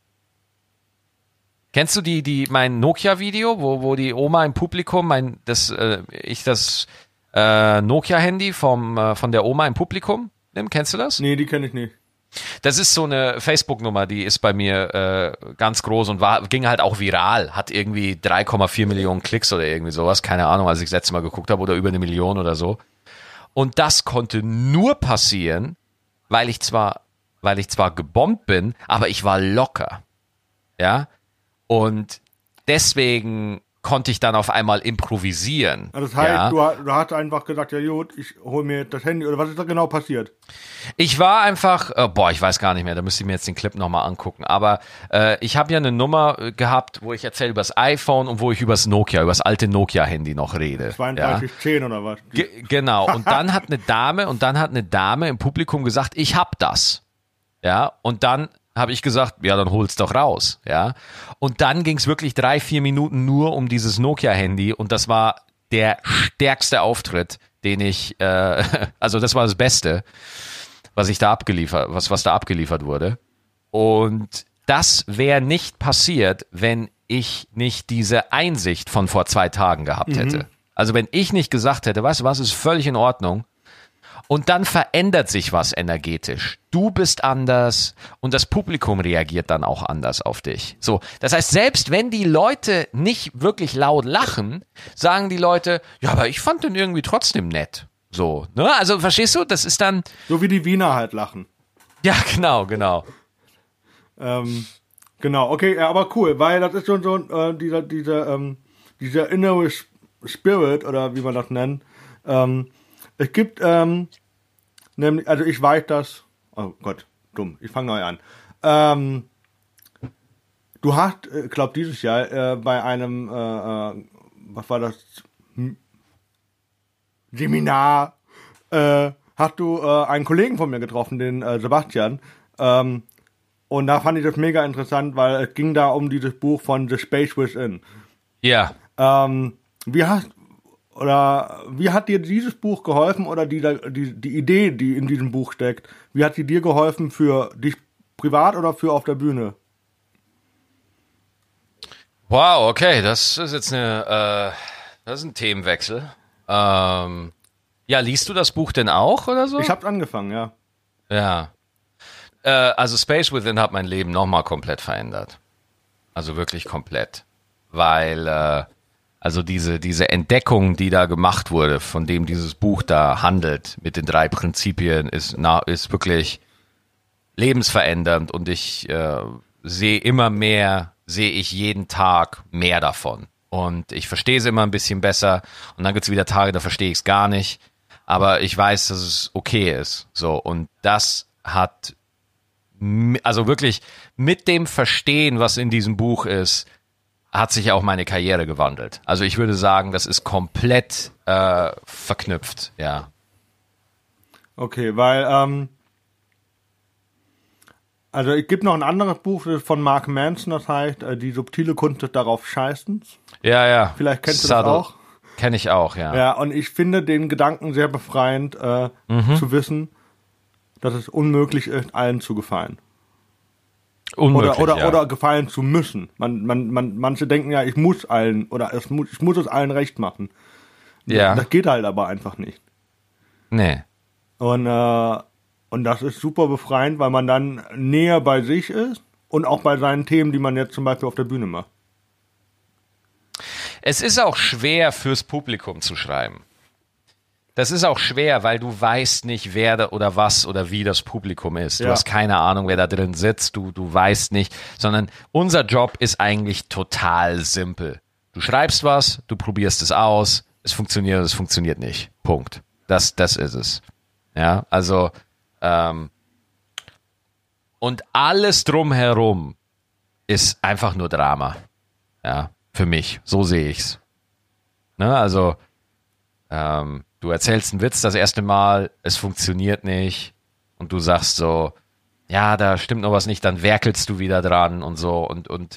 S2: Kennst du die, die, mein Nokia-Video, wo, wo die Oma im Publikum, mein, das, äh, ich das äh, Nokia-Handy vom, äh, von der Oma im Publikum nimm? Kennst du das?
S1: Nee, die kenne ich nicht.
S2: Das ist so eine Facebook-Nummer, die ist bei mir äh, ganz groß und war, ging halt auch viral, hat irgendwie drei Komma vier Millionen Klicks oder irgendwie sowas, keine Ahnung, als ich das letzte Mal geguckt habe, oder über eine Million oder so. Und das konnte nur passieren, weil ich zwar, weil ich zwar gebombt bin, aber ich war locker. Ja? Und deswegen konnte ich dann auf einmal improvisieren.
S1: Also das heißt,
S2: ja.
S1: du, du hast einfach gesagt, ja gut, ich hole mir das Handy, oder was ist da genau passiert?
S2: Ich war einfach, äh, boah, ich weiß gar nicht mehr, da müsste ich mir jetzt den Clip nochmal angucken, aber äh, ich habe ja eine Nummer äh, gehabt, wo ich erzähle über das iPhone und wo ich über das Nokia, über das alte Nokia-Handy noch rede.
S1: zweiunddreißig zehn ja. Oder was?
S2: Ge- genau, und dann hat eine Dame, und dann hat eine Dame im Publikum gesagt, ich hab das. Ja, und dann habe ich gesagt, ja, dann hol's doch raus, ja. Und dann ging's wirklich drei, vier Minuten nur um dieses Nokia-Handy und das war der stärkste Auftritt, den ich, äh, also das war das Beste, was ich da abgeliefert, was, was da abgeliefert wurde. Und das wäre nicht passiert, wenn ich nicht diese Einsicht von vor zwei Tagen gehabt hätte. Mhm. Also wenn ich nicht gesagt hätte, weißt du was, ist völlig in Ordnung. Und dann verändert sich was energetisch. Du bist anders und das Publikum reagiert dann auch anders auf dich. So, das heißt, selbst wenn die Leute nicht wirklich laut lachen, sagen die Leute, ja, aber ich fand den irgendwie trotzdem nett. So, ne? Also, verstehst du? Das ist dann...
S1: So wie die Wiener halt lachen.
S2: Ja, genau, genau.
S1: Ähm, genau, okay, ja, aber cool, weil das ist schon so äh, dieser, dieser, ähm, dieser innere Spirit, oder wie man das nennt. Ähm, es gibt, ähm, nämlich, also ich weiß das, oh Gott, dumm, ich fange neu an. Ähm, du hast, ich glaube dieses Jahr, äh, bei einem, äh, äh, was war das, hm, Seminar, äh, hast du äh, einen Kollegen von mir getroffen, den äh, Sebastian, ähm, und da fand ich das mega interessant, weil es ging da um dieses Buch von The Space Within.
S2: Ja.
S1: Ähm, wie hast, oder wie hat dir dieses Buch geholfen, oder die, die, die Idee, die in diesem Buch steckt, wie hat sie dir geholfen für dich privat oder für auf der Bühne?
S2: Wow, okay, das ist jetzt eine, äh, das ist ein Themenwechsel. Ähm, ja, liest du das Buch denn auch oder so?
S1: Ich hab's angefangen, ja.
S2: Ja. Äh, also Space Within hat mein Leben nochmal komplett verändert. Also wirklich komplett. Weil, äh, also diese, diese Entdeckung, die da gemacht wurde, von dem dieses Buch da handelt, mit den drei Prinzipien, ist, na, ist wirklich lebensverändernd und ich äh, sehe immer mehr, sehe ich jeden Tag mehr davon. Und ich verstehe es immer ein bisschen besser und dann gibt es wieder Tage, da verstehe ich es gar nicht. Aber ich weiß, dass es okay ist. So, und das hat, also wirklich mit dem Verstehen, was in diesem Buch ist, hat sich auch meine Karriere gewandelt. Also ich würde sagen, das ist komplett äh, verknüpft, ja.
S1: Okay, weil, ähm, also es gibt noch ein anderes Buch von Mark Manson, das heißt, äh, die subtile Kunst des darauf Scheißens.
S2: Ja, ja.
S1: Vielleicht kennst du das auch.
S2: Kenn ich auch, ja.
S1: Ja, und ich finde den Gedanken sehr befreiend, äh, mhm. zu wissen, dass es unmöglich ist, allen zu gefallen.
S2: Unmöglich,
S1: oder oder,
S2: ja.
S1: oder gefallen zu müssen. Man, man, man, manche denken ja, ich muss allen, oder es muss, ich muss es allen recht machen.
S2: Ja.
S1: Das geht halt aber einfach nicht.
S2: Nee.
S1: Und, äh, und das ist super befreiend, weil man dann näher bei sich ist und auch bei seinen Themen, die man jetzt zum Beispiel auf der Bühne macht.
S2: Es ist auch schwer fürs Publikum zu schreiben. Das ist auch schwer, weil du weißt nicht, wer da oder was oder wie das Publikum ist. Du
S1: Ja.
S2: hast keine Ahnung, wer da drin sitzt. Du, du weißt nicht, sondern unser Job ist eigentlich total simpel. Du schreibst was, du probierst es aus, es funktioniert, es funktioniert nicht. Punkt. Das, das ist es. Ja, also ähm, und alles drumherum ist einfach nur Drama. Ja, für mich. So sehe ich's. Ne, also ähm, du erzählst einen Witz das erste Mal, es funktioniert nicht und du sagst so, ja, da stimmt noch was nicht, dann werkelst du wieder dran und so und, und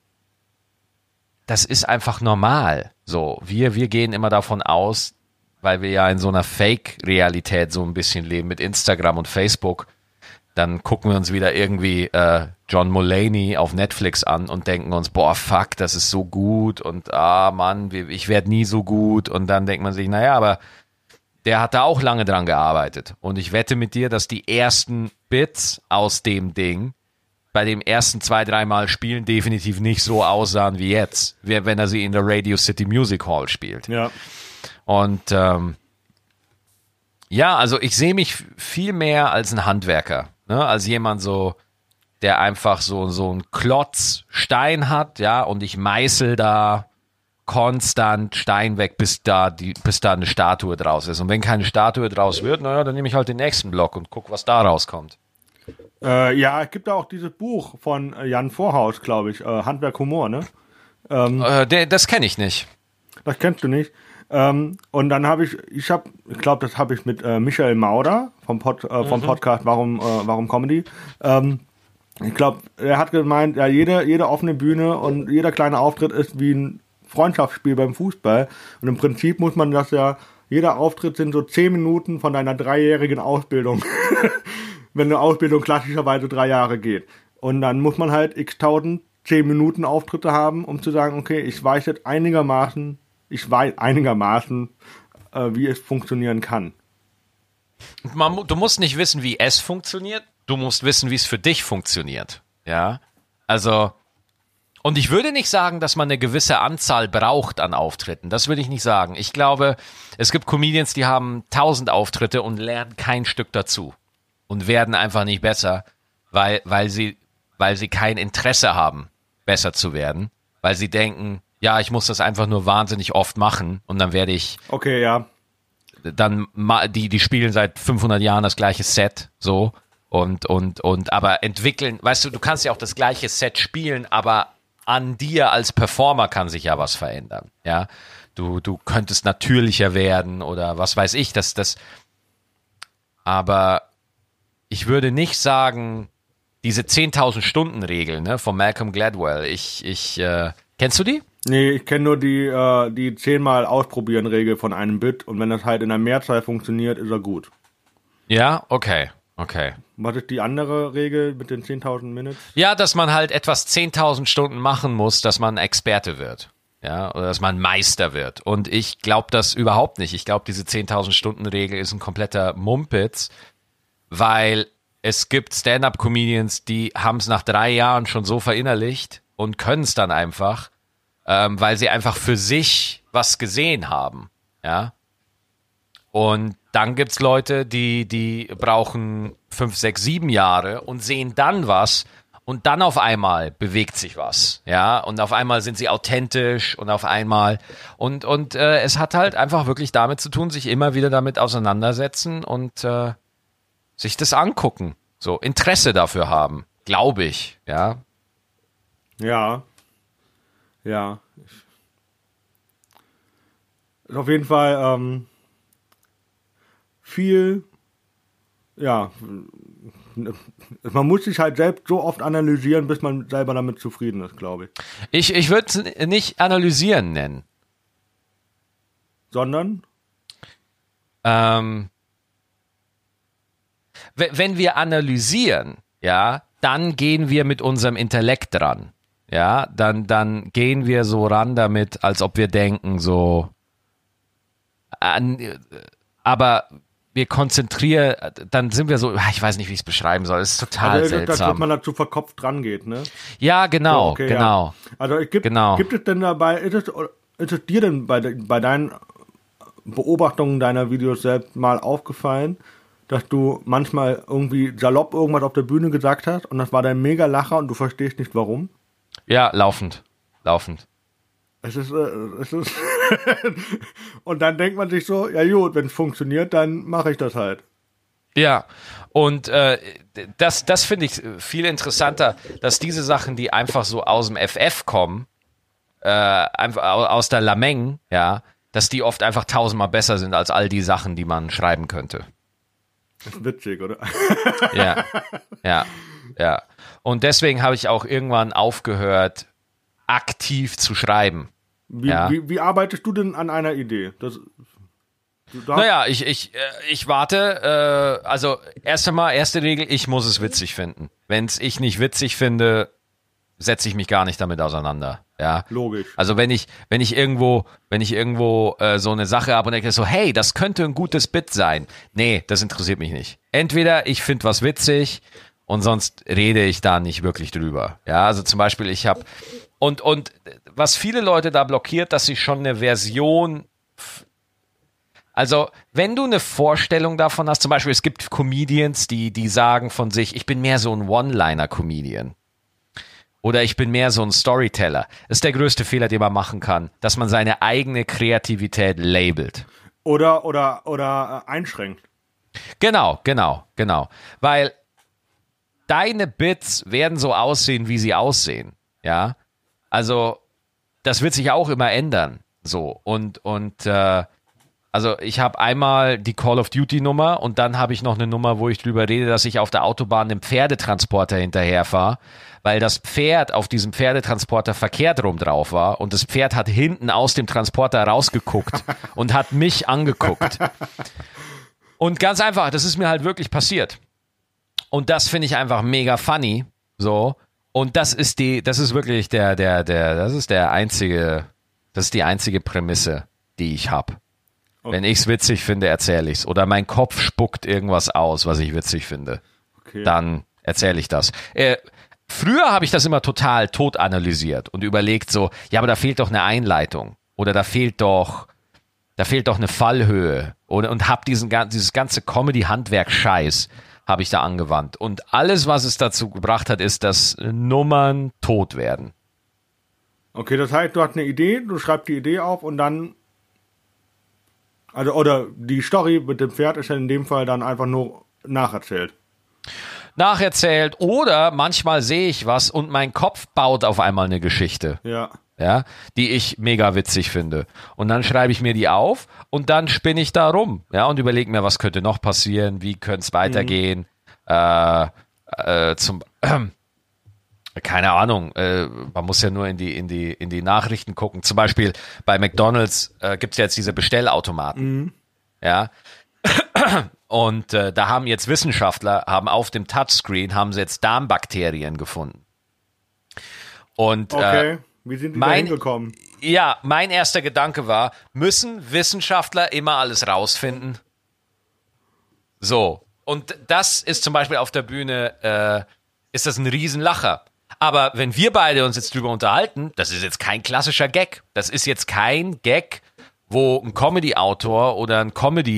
S2: das ist einfach normal. So, wir, wir gehen immer davon aus, weil wir ja in so einer Fake-Realität so ein bisschen leben mit Instagram und Facebook, dann gucken wir uns wieder irgendwie äh, John Mulaney auf Netflix an und denken uns, boah, fuck, das ist so gut und ah, Mann, ich werde nie so gut und dann denkt man sich, naja, aber der hat da auch lange dran gearbeitet und ich wette mit dir, dass die ersten Bits aus dem Ding bei dem ersten zwei, dreimal Spielen definitiv nicht so aussahen wie jetzt, wenn er sie in der Radio City Music Hall spielt.
S1: Ja.
S2: Und ähm, ja, also ich sehe mich viel mehr als ein Handwerker, ne? Als jemand so, der einfach so so einen Klotz Stein hat, ja, und ich meißel da konstant Stein weg, bis da, die, bis da eine Statue draus ist. Und wenn keine Statue draus wird, naja, dann nehme ich halt den nächsten Block und guck, was da rauskommt.
S1: Äh, ja, es gibt auch dieses Buch von Jan Vorhaus, glaube ich, äh, Handwerk Humor, ne? Ähm,
S2: äh, der, das kenne ich nicht.
S1: Das kennst du nicht. Ähm, und dann habe ich, ich habe, ich glaube, das habe ich mit äh, Michael Mauder vom, Pod, äh, vom mhm. Podcast Warum, äh, Warum Comedy. Ähm, ich glaube, er hat gemeint, ja, jede, jede offene Bühne und jeder kleine Auftritt ist wie ein Freundschaftsspiel beim Fußball. Und im Prinzip muss man das ja, jeder Auftritt sind so zehn Minuten von deiner dreijährigen Ausbildung. Wenn eine Ausbildung klassischerweise drei Jahre geht. Und dann muss man halt x tausend zehn Minuten Auftritte haben, um zu sagen, okay, ich weiß jetzt einigermaßen, ich weiß einigermaßen, äh, wie es funktionieren kann.
S2: Man, du musst nicht wissen, wie es funktioniert, du musst wissen, wie es für dich funktioniert. Ja, also, und ich würde nicht sagen, dass man eine gewisse Anzahl braucht an Auftritten. Das würde ich nicht sagen. Ich glaube, es gibt Comedians, die haben tausend Auftritte und lernen kein Stück dazu. Und werden einfach nicht besser, weil, weil sie, weil sie kein Interesse haben, besser zu werden, weil sie denken, ja, ich muss das einfach nur wahnsinnig oft machen und dann werde ich,
S1: okay, ja,
S2: dann die, die spielen seit fünfhundert Jahren das gleiche Set, so und und und, aber entwickeln, weißt du, du kannst ja auch das gleiche Set spielen, aber an dir als Performer kann sich ja was verändern, ja, du du könntest natürlicher werden oder was weiß ich, das das, aber ich würde nicht sagen, diese zehntausend Stunden Regel, ne, von Malcolm Gladwell, ich, ich, äh, kennst du die?
S1: Nee, ich kenne nur die, äh, die zehnmal ausprobieren Regel von einem Bit und wenn das halt in der Mehrzahl funktioniert, ist er gut.
S2: Ja, okay, okay.
S1: Was ist die andere Regel mit den zehntausend Minutes?
S2: Ja, dass man halt etwas zehntausend Stunden machen muss, dass man Experte wird. Ja, oder dass man Meister wird. Und ich glaube das überhaupt nicht. Ich glaube, diese zehntausend Stunden Regel ist ein kompletter Mumpitz. Weil es gibt Stand-up-Comedians, die haben es nach drei Jahren schon so verinnerlicht und können es dann einfach, ähm, weil sie einfach für sich was gesehen haben, ja. Und dann gibt's Leute, die die brauchen fünf, sechs, sieben Jahre und sehen dann was und dann auf einmal bewegt sich was, ja. Und auf einmal sind sie authentisch und auf einmal und und äh, es hat halt einfach wirklich damit zu tun, sich immer wieder damit auseinandersetzen und äh, sich das angucken, so Interesse dafür haben, glaube ich, ja.
S1: Ja, ja. Ist auf jeden Fall ähm, viel, ja, man muss sich halt selbst so oft analysieren, bis man selber damit zufrieden ist, glaube ich.
S2: Ich, ich würde es nicht analysieren nennen.
S1: Sondern?
S2: Ähm, Wenn wir analysieren, ja, dann gehen wir mit unserem Intellekt dran. Ja, dann, dann gehen wir so ran damit, als ob wir denken, so, an, aber wir konzentrieren, dann sind wir so, ich weiß nicht, wie ich es beschreiben soll, es ist total
S1: also,
S2: seltsam.
S1: Dass man dazu verkopft dran geht, ne?
S2: Ja, genau,
S1: so, okay,
S2: genau.
S1: Ja. Also gibt,
S2: genau.
S1: gibt es denn dabei, ist es, ist es dir denn bei, bei deinen Beobachtungen deiner Videos selbst mal aufgefallen, dass du manchmal irgendwie salopp irgendwas auf der Bühne gesagt hast und das war dein Mega-Lacher und du verstehst nicht warum?
S2: Ja, laufend. Laufend.
S1: Es ist, äh, es ist und dann denkt man sich so, ja gut, wenn es funktioniert, dann mache ich das halt.
S2: Ja, und äh, das, das finde ich viel interessanter, dass diese Sachen, die einfach so aus dem F F kommen, äh, einfach aus der Lameng, ja, dass die oft einfach tausendmal besser sind als all die Sachen, die man schreiben könnte.
S1: Das ist witzig, oder?
S2: Ja, ja, ja. Und deswegen habe ich auch irgendwann aufgehört, aktiv zu schreiben.
S1: Wie,
S2: ja.
S1: wie, wie arbeitest du denn an einer Idee? Das,
S2: naja, ich, ich, ich warte, äh, also erst einmal, erste Regel, ich muss es witzig finden. Wenn es ich nicht witzig finde, setze ich mich gar nicht damit auseinander. Ja,
S1: logisch.
S2: Also wenn ich, wenn ich irgendwo, wenn ich irgendwo äh, so eine Sache habe und denke so, hey, das könnte ein gutes Bit sein. Nee, das interessiert mich nicht. Entweder ich finde was witzig und sonst rede ich da nicht wirklich drüber. Ja, also zum Beispiel, ich habe und und was viele Leute da blockiert, dass sie schon eine Version, also wenn du eine Vorstellung davon hast, zum Beispiel es gibt Comedians, die die sagen von sich, ich bin mehr so ein One-Liner-Comedian. Oder ich bin mehr so ein Storyteller. Das ist der größte Fehler, den man machen kann, dass man seine eigene Kreativität labelt.
S1: Oder, oder, oder äh, einschränkt.
S2: Genau, genau, genau. Weil deine Bits werden so aussehen, wie sie aussehen. Ja, also das wird sich auch immer ändern. So und und äh, also ich habe einmal die Call of Duty Nummer und dann habe ich noch eine Nummer, wo ich drüber rede, dass ich auf der Autobahn einem Pferdetransporter hinterherfahre, weil das Pferd auf diesem Pferdetransporter verkehrt rum drauf war und das Pferd hat hinten aus dem Transporter rausgeguckt und hat mich angeguckt. Und ganz einfach, das ist mir halt wirklich passiert. Und das finde ich einfach mega funny, so. Und das ist die, das ist wirklich der, der, der, das ist der einzige, das ist die einzige Prämisse, die ich habe. Okay. Wenn ich es witzig finde, erzähle ich es. Oder mein Kopf spuckt irgendwas aus, was ich witzig finde. Okay. Dann erzähle ich das. Äh, früher habe ich das immer total tot analysiert und überlegt so, ja, aber da fehlt doch eine Einleitung. Oder da fehlt doch, da fehlt doch eine Fallhöhe. Und, und habe diesen, dieses ganze Comedy-Handwerk-Scheiß habe ich da angewandt. Und alles, was es dazu gebracht hat, ist, dass Nummern tot werden.
S1: Okay, das heißt, du hast eine Idee, du schreibst die Idee auf und dann Also, oder die Story mit dem Pferd ist ja in dem Fall dann einfach nur nacherzählt.
S2: Nacherzählt oder manchmal sehe ich was und mein Kopf baut auf einmal eine Geschichte.
S1: Ja.
S2: Ja, die ich mega witzig finde. Und dann schreibe ich mir die auf und dann spinne ich da rum. Ja, und überlege mir, was könnte noch passieren, wie könnte es weitergehen. Mhm. Äh, äh, zum äh, keine Ahnung, äh, man muss ja nur in die, in die, in die Nachrichten gucken. Zum Beispiel bei McDonald's äh, gibt es jetzt diese Bestellautomaten. Mhm. Ja. Und äh, da haben jetzt Wissenschaftler, haben auf dem Touchscreen, haben sie jetzt Darmbakterien gefunden. Und
S1: okay,
S2: äh,
S1: wie sind die
S2: mein,
S1: da hingekommen?
S2: Ja, mein erster Gedanke war, müssen Wissenschaftler immer alles rausfinden? So, und das ist zum Beispiel auf der Bühne, äh, ist das ein Riesenlacher. Aber wenn wir beide uns jetzt drüber unterhalten, das ist jetzt kein klassischer Gag. Das ist jetzt kein Gag, wo ein Comedy-Autor oder ein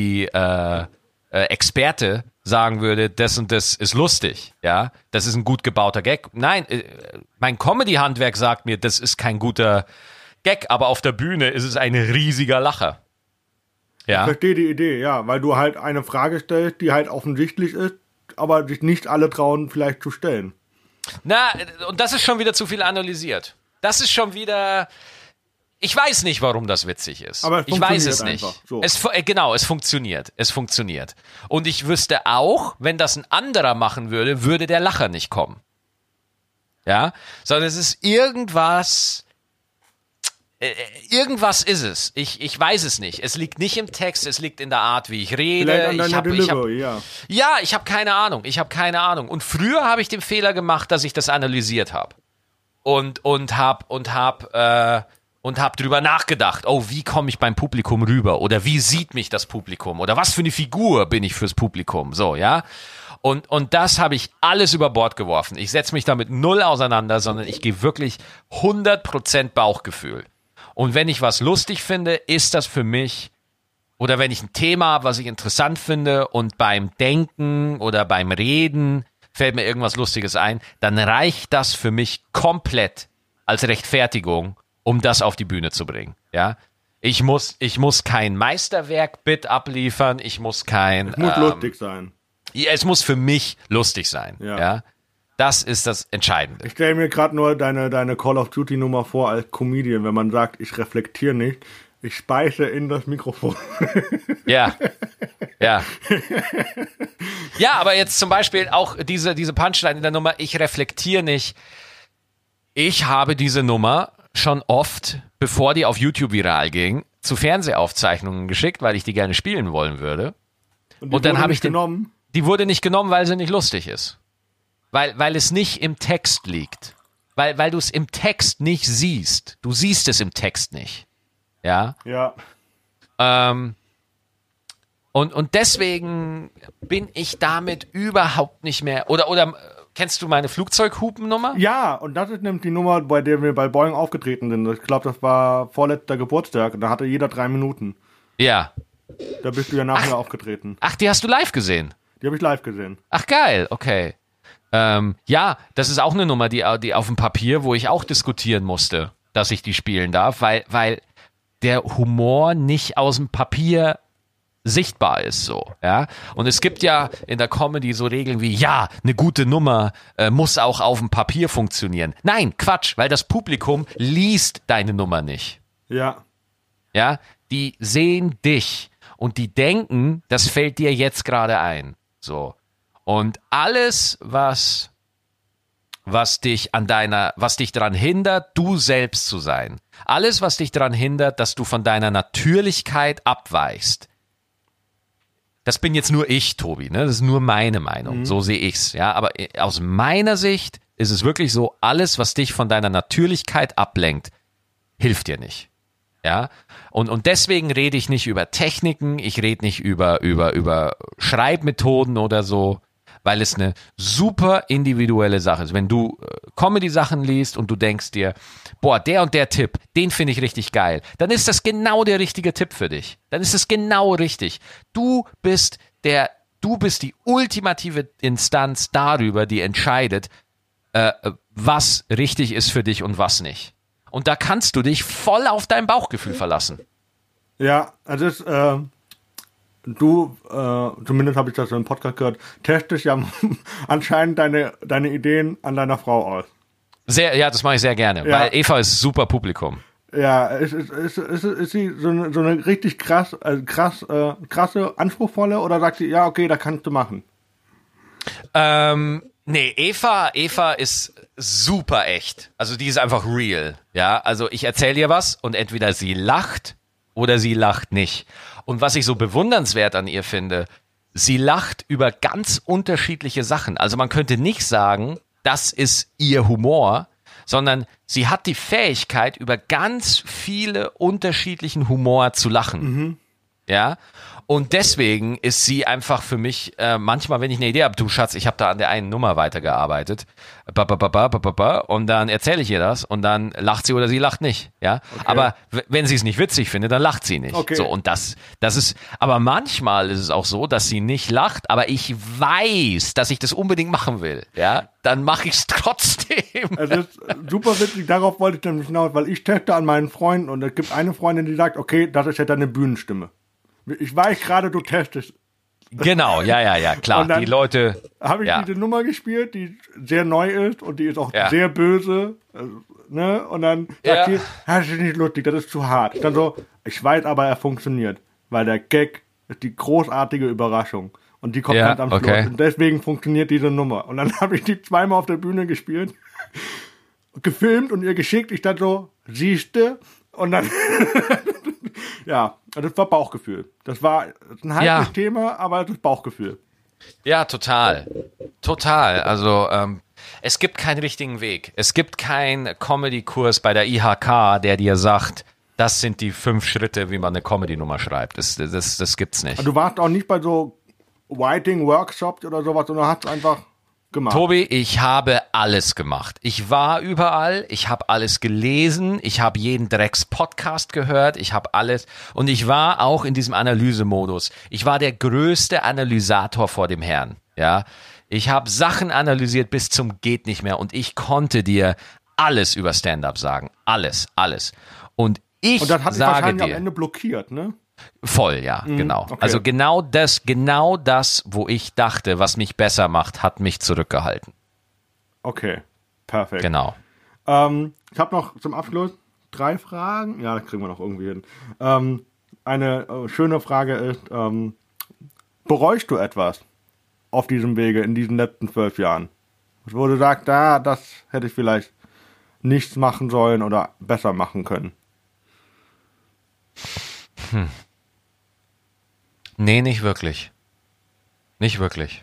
S2: Comedy-Experte äh, äh, sagen würde, das und das ist lustig, ja, das ist ein gut gebauter Gag. Nein, äh, mein Comedy-Handwerk sagt mir, das ist kein guter Gag, aber auf der Bühne ist es ein riesiger Lacher. Ja.
S1: Ich verstehe die Idee, ja, weil du halt eine Frage stellst, die halt offensichtlich ist, aber sich nicht alle trauen, vielleicht zu stellen.
S2: Na, und das ist schon wieder zu viel analysiert. Das ist schon wieder... Ich weiß nicht, warum das witzig ist.
S1: Aber es
S2: ich weiß es nicht.
S1: So.
S2: Es, genau, es funktioniert. Es funktioniert. Und ich wüsste auch, wenn das ein anderer machen würde, würde der Lacher nicht kommen. Ja? Sondern es ist irgendwas... Äh, irgendwas ist es. Ich, ich weiß es nicht. Es liegt nicht im Text, es liegt in der Art, wie ich rede.
S1: Vielleicht an deiner
S2: ich hab,
S1: Delivery,
S2: ich hab,
S1: ja.
S2: Ja, ich habe keine Ahnung. Ich habe keine Ahnung. Und früher habe ich den Fehler gemacht, dass ich das analysiert habe. Und, und hab, und hab, äh, und hab drüber nachgedacht. Oh, wie komme ich beim Publikum rüber? Oder wie sieht mich das Publikum? Oder was für eine Figur bin ich fürs Publikum? So, ja. Und, und das habe ich alles über Bord geworfen. Ich setze mich damit null auseinander, sondern ich gehe wirklich hundert Prozent Bauchgefühl. Und wenn ich was lustig finde, ist das für mich, oder wenn ich ein Thema habe, was ich interessant finde und beim Denken oder beim Reden fällt mir irgendwas Lustiges ein, dann reicht das für mich komplett als Rechtfertigung, um das auf die Bühne zu bringen. Ja, ich muss, ich muss kein Meisterwerk-Bit abliefern, ich muss kein...
S1: Es muss
S2: ähm,
S1: lustig sein.
S2: Ja, es muss für mich lustig sein. Ja. ja? Das ist das Entscheidende.
S1: Ich stelle mir gerade nur deine, deine Call of Duty Nummer vor als Comedian, wenn man sagt, ich reflektiere nicht, ich speise in das Mikrofon.
S2: Ja, ja. Ja, aber jetzt zum Beispiel auch diese, diese Punchline in der Nummer, ich reflektiere nicht. Ich habe diese Nummer schon oft, bevor die auf YouTube viral ging, zu Fernsehaufzeichnungen geschickt, weil ich die gerne spielen wollen würde.
S1: Und,
S2: Und dann habe ich den,
S1: genommen?
S2: Die wurde nicht genommen, weil sie nicht lustig ist. Weil, weil es nicht im Text liegt. Weil, weil du es im Text nicht siehst. Du siehst es im Text nicht. Ja?
S1: Ja.
S2: Ähm, und, und deswegen bin ich damit überhaupt nicht mehr... Oder, oder kennst du meine Flugzeughupennummer?
S1: Ja, und das ist nämlich die Nummer, bei der wir bei Boeing aufgetreten sind. Ich glaube, das war vorletzter Geburtstag. Da hatte jeder drei Minuten.
S2: Ja.
S1: Da bist du ja nachher aufgetreten.
S2: Ach, die hast du live gesehen?
S1: Die habe ich live gesehen.
S2: Ach, geil, okay. Ähm, ja, das ist auch eine Nummer, die, die auf dem Papier, wo ich auch diskutieren musste, dass ich die spielen darf, weil, weil der Humor nicht aus dem Papier sichtbar ist so, ja. Und es gibt ja in der Comedy so Regeln wie, ja, eine gute Nummer äh, muss auch auf dem Papier funktionieren. Nein, Quatsch, weil das Publikum liest deine Nummer nicht.
S1: Ja.
S2: Ja, die sehen dich und die denken, das fällt dir jetzt gerade ein. So. Und alles, was, was dich an deiner, was dich daran hindert, du selbst zu sein, alles, was dich daran hindert, dass du von deiner Natürlichkeit abweichst, das bin jetzt nur ich, Tobi, ne? Das ist nur meine Meinung. Mhm. So sehe ich's, ja. Aber aus meiner Sicht ist es wirklich so, alles, was dich von deiner Natürlichkeit ablenkt, hilft dir nicht. Ja. Und, und deswegen rede ich nicht über Techniken, ich rede nicht über, über, über Schreibmethoden oder so, weil es eine super individuelle Sache ist. Wenn du Comedy-Sachen liest und du denkst dir, boah, der und der Tipp, den finde ich richtig geil, dann ist das genau der richtige Tipp für dich. Dann ist es genau richtig. Du bist der, du bist die ultimative Instanz darüber, die entscheidet, äh, was richtig ist für dich und was nicht. Und da kannst du dich voll auf dein Bauchgefühl verlassen.
S1: Ja, also das, äh, du, äh, zumindest habe ich das im Podcast gehört, testest ja anscheinend deine, deine Ideen an deiner Frau aus.
S2: Sehr, ja, das mache ich sehr gerne, ja. Weil Eva ist super Publikum.
S1: Ja, ist, ist, ist, ist, ist sie so eine, so eine richtig krass, äh, krass, äh, krasse, anspruchsvolle oder sagt sie, ja, okay, da kannst du machen?
S2: Ähm, nee, Eva, Eva ist super echt. Also die ist einfach real. Ja, also ich erzähle ihr was und entweder sie lacht oder sie lacht nicht. Und was ich so bewundernswert an ihr finde, sie lacht über ganz unterschiedliche Sachen. Also man könnte nicht sagen, das ist ihr Humor, sondern sie hat die Fähigkeit, über ganz viele unterschiedlichen Humor zu lachen. Mhm. Ja, und deswegen ist sie einfach für mich, äh, manchmal, wenn ich eine Idee habe, du Schatz, ich habe da an der einen Nummer weitergearbeitet, ba, ba, ba, ba, ba, ba, ba, und dann erzähle ich ihr das und dann lacht sie oder sie lacht nicht, ja. Okay. Aber w- wenn sie es nicht witzig findet, dann lacht sie nicht. Okay. So, und das, das ist, aber manchmal ist es auch so, dass sie nicht lacht, aber ich weiß, dass ich das unbedingt machen will, ja. Dann mache ich es trotzdem.
S1: Es ist super witzig, darauf wollte ich nämlich hinaus, weil ich teste an meinen Freunden und es gibt eine Freundin, die sagt, okay, das ist ja deine Bühnenstimme. Ich weiß gerade, du testest.
S2: Genau, ja, ja, ja, klar.
S1: Und dann
S2: die Leute.
S1: Habe ich
S2: ja.
S1: diese Nummer gespielt, die sehr neu ist und die ist auch
S2: ja.
S1: sehr böse. Also, ne? Und dann
S2: ja.
S1: sagt sie, das ist nicht lustig, das ist zu hart. Dann so, ich weiß aber, er funktioniert. Weil der Gag ist die großartige Überraschung. Und die kommt
S2: ja,
S1: ganz am Schluss.
S2: okay.
S1: Und deswegen funktioniert diese Nummer. Und dann habe ich die zweimal auf der Bühne gespielt, gefilmt und ihr geschickt. Ich dachte so, siehste. Und dann, ja, das war Bauchgefühl. Das war ein heikles ja. Thema, aber das ist Bauchgefühl.
S2: Ja, total. Total. Also, ähm, es gibt keinen richtigen Weg. Es gibt keinen Comedy-Kurs bei der I H K, der dir sagt, das sind die fünf Schritte, wie man eine Comedy-Nummer schreibt. Das, das, das gibt's nicht.
S1: Du warst auch nicht bei so Writing-Workshops oder sowas, sondern hast einfach gemacht.
S2: Tobi, ich habe alles gemacht. Ich war überall, ich habe alles gelesen, ich habe jeden Drecks-Podcast gehört, ich habe alles und ich war auch in diesem Analysemodus. Ich war der größte Analysator vor dem Herrn. Ja, ich habe Sachen analysiert bis zum geht nicht mehr und ich konnte dir alles über Stand-up sagen, alles, alles. Und ich
S1: und das hat dich
S2: sage
S1: wahrscheinlich
S2: dir,
S1: am Ende blockiert, ne?
S2: Voll, ja, mhm, genau.
S1: okay.
S2: Also genau das, genau das, wo ich dachte, was mich besser macht, hat mich zurückgehalten.
S1: Okay, perfekt.
S2: Genau.
S1: Ähm, ich habe noch zum Abschluss drei Fragen. Ja, das kriegen wir noch irgendwie hin. Ähm, eine äh, schöne Frage ist, ähm, bereust du etwas auf diesem Wege in diesen letzten zwölf Jahren? Wo du sagst, da, das hätte ich vielleicht nicht machen sollen oder besser machen können.
S2: Hm. Nee, nicht wirklich. Nicht wirklich.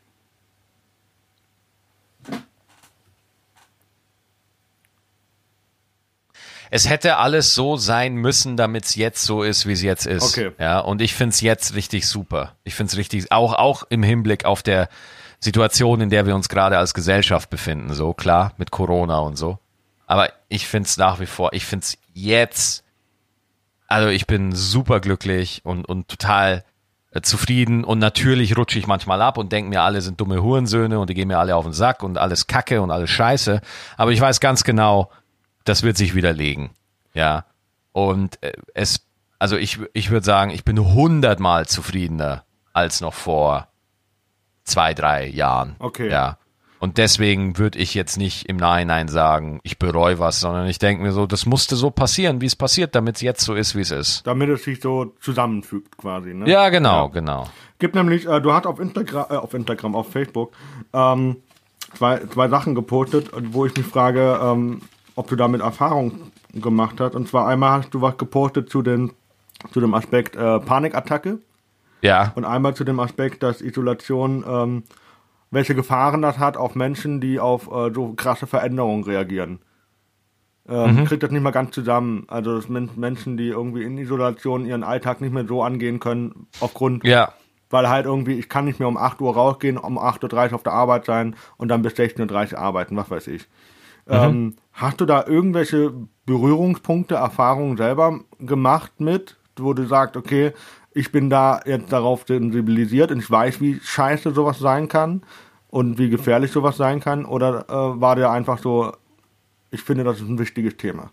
S2: Es hätte alles so sein müssen, damit es jetzt so ist, wie es jetzt ist.
S1: Okay.
S2: Ja, und ich finde es jetzt richtig super. Ich finde es richtig, auch, auch im Hinblick auf der Situation, in der wir uns gerade als Gesellschaft befinden. So, klar, mit Corona und so. Aber ich finde es nach wie vor, ich finde es jetzt, also ich bin super glücklich und, und total äh, zufrieden und natürlich rutsche ich manchmal ab und denke mir, alle sind dumme Hurensöhne und die gehen mir alle auf den Sack und alles Kacke und alles Scheiße. Aber ich weiß ganz genau, das wird sich widerlegen. Ja. Und äh, es, also ich, ich würde sagen, ich bin hundertmal zufriedener als noch vor zwei, drei Jahren.
S1: Okay.
S2: Ja. Und deswegen würde ich jetzt nicht im Nachhinein sagen, ich bereue was, sondern ich denke mir so, das musste so passieren, wie es passiert, damit es jetzt so ist, wie es ist.
S1: Damit es sich so zusammenfügt quasi, ne?
S2: Ja, genau,
S1: ja.
S2: genau.
S1: Gibt nämlich, äh, du hast auf Instagram, äh, auf Instagram, auf Facebook ähm, zwei, zwei Sachen gepostet, wo ich mich frage, ähm, ob du damit Erfahrung gemacht hast. Und zwar einmal hast du was gepostet zu, den, zu dem Aspekt äh, Panikattacke.
S2: Ja.
S1: Und einmal zu dem Aspekt, dass Isolation, ähm, welche Gefahren das hat auf Menschen, die auf äh, so krasse Veränderungen reagieren. Ähm, mhm. Kriegt das nicht mal ganz zusammen. Also das sind Menschen, die irgendwie in Isolation ihren Alltag nicht mehr so angehen können, aufgrund,
S2: ja.
S1: weil halt irgendwie, ich kann nicht mehr um acht Uhr rausgehen, um acht Uhr dreißig auf der Arbeit sein und dann bis sechzehn Uhr dreißig arbeiten, was weiß ich. Mhm. Ähm, hast du da irgendwelche Berührungspunkte, Erfahrungen selber gemacht mit, wo du sagst, okay, ich bin da jetzt darauf sensibilisiert und ich weiß, wie scheiße sowas sein kann und wie gefährlich sowas sein kann? Oder äh, war der einfach so, ich finde, das ist ein wichtiges Thema?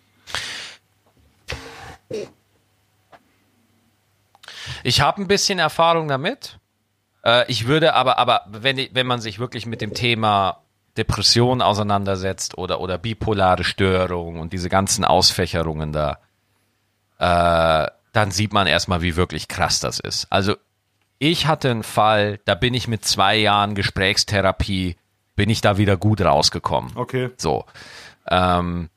S2: Ich habe ein bisschen Erfahrung damit. Äh, ich würde aber, aber wenn, wenn man sich wirklich mit dem Thema Depression auseinandersetzt oder, oder bipolare Störung und diese ganzen Ausfächerungen da, äh, dann sieht man erstmal, wie wirklich krass das ist. Also ich hatte einen Fall, da bin ich mit zwei Jahren Gesprächstherapie, bin ich da wieder gut rausgekommen.
S1: Okay.
S2: So. Ähm,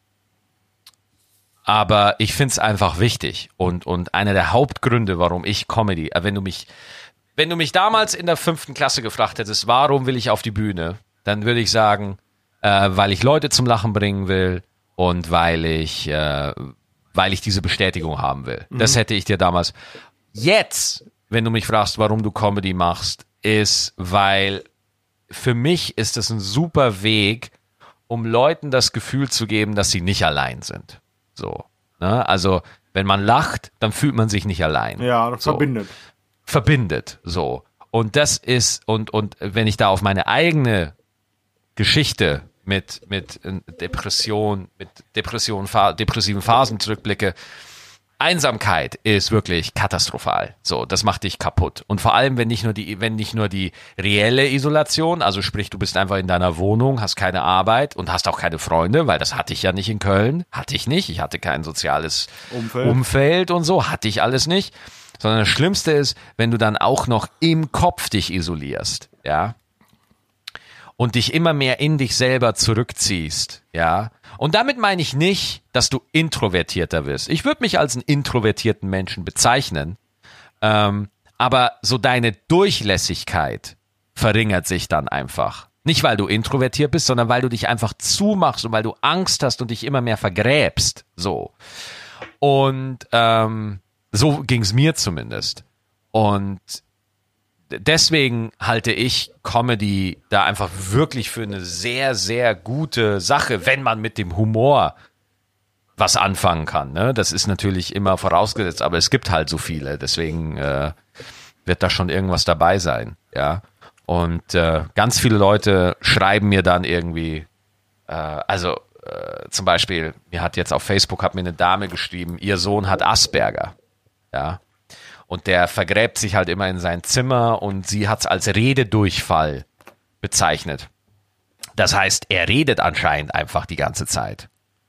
S2: aber ich finde es einfach wichtig und, und einer der Hauptgründe, warum ich Comedy, äh, wenn du mich, wenn du mich damals in der fünften Klasse gefragt hättest, warum will ich auf die Bühne, dann würde ich sagen, äh, weil ich Leute zum Lachen bringen will und weil ich äh, weil ich diese Bestätigung haben will. Mhm. Das hätte ich dir damals. Jetzt, wenn du mich fragst, warum du Comedy machst, ist, weil für mich ist es ein super Weg, um Leuten das Gefühl zu geben, dass sie nicht allein sind. So, ne? Also, wenn man lacht, dann fühlt man sich nicht allein.
S1: Ja, das
S2: so.
S1: verbindet.
S2: Verbindet, so. Und das ist, und, und wenn ich da auf meine eigene Geschichte mit, mit Depression, mit Depression, depressiven Phasen zurückblicke, Einsamkeit ist wirklich katastrophal. So, das macht dich kaputt. Und vor allem, wenn nicht nur die, wenn nicht nur die reelle Isolation, also sprich, du bist einfach in deiner Wohnung, hast keine Arbeit und hast auch keine Freunde, weil das hatte ich ja nicht in Köln. Hatte ich nicht. Ich hatte kein soziales Umfeld, Umfeld und so. Hatte ich alles nicht. Sondern das Schlimmste ist, wenn du dann auch noch im Kopf dich isolierst, ja. Und dich immer mehr in dich selber zurückziehst, ja. Und damit meine ich nicht, dass du introvertierter wirst. Ich würde mich als einen introvertierten Menschen bezeichnen, ähm, aber so deine Durchlässigkeit verringert sich dann einfach. Nicht, weil du introvertiert bist, sondern weil du dich einfach zumachst und weil du Angst hast und dich immer mehr vergräbst, so. Und ähm, so ging es mir zumindest. Und deswegen halte ich Comedy da einfach wirklich für eine sehr, sehr gute Sache, wenn man mit dem Humor was anfangen kann. Ne? Das ist natürlich immer vorausgesetzt, aber es gibt halt so viele. Deswegen äh, wird da schon irgendwas dabei sein. Ja. Und äh, ganz viele Leute schreiben mir dann irgendwie, äh, also äh, zum Beispiel, mir hat jetzt auf Facebook hat mir eine Dame geschrieben, ihr Sohn hat Asperger. Ja. Und der vergräbt sich halt immer in sein Zimmer und sie hat es als Rededurchfall bezeichnet. Das heißt, er redet anscheinend einfach die ganze Zeit.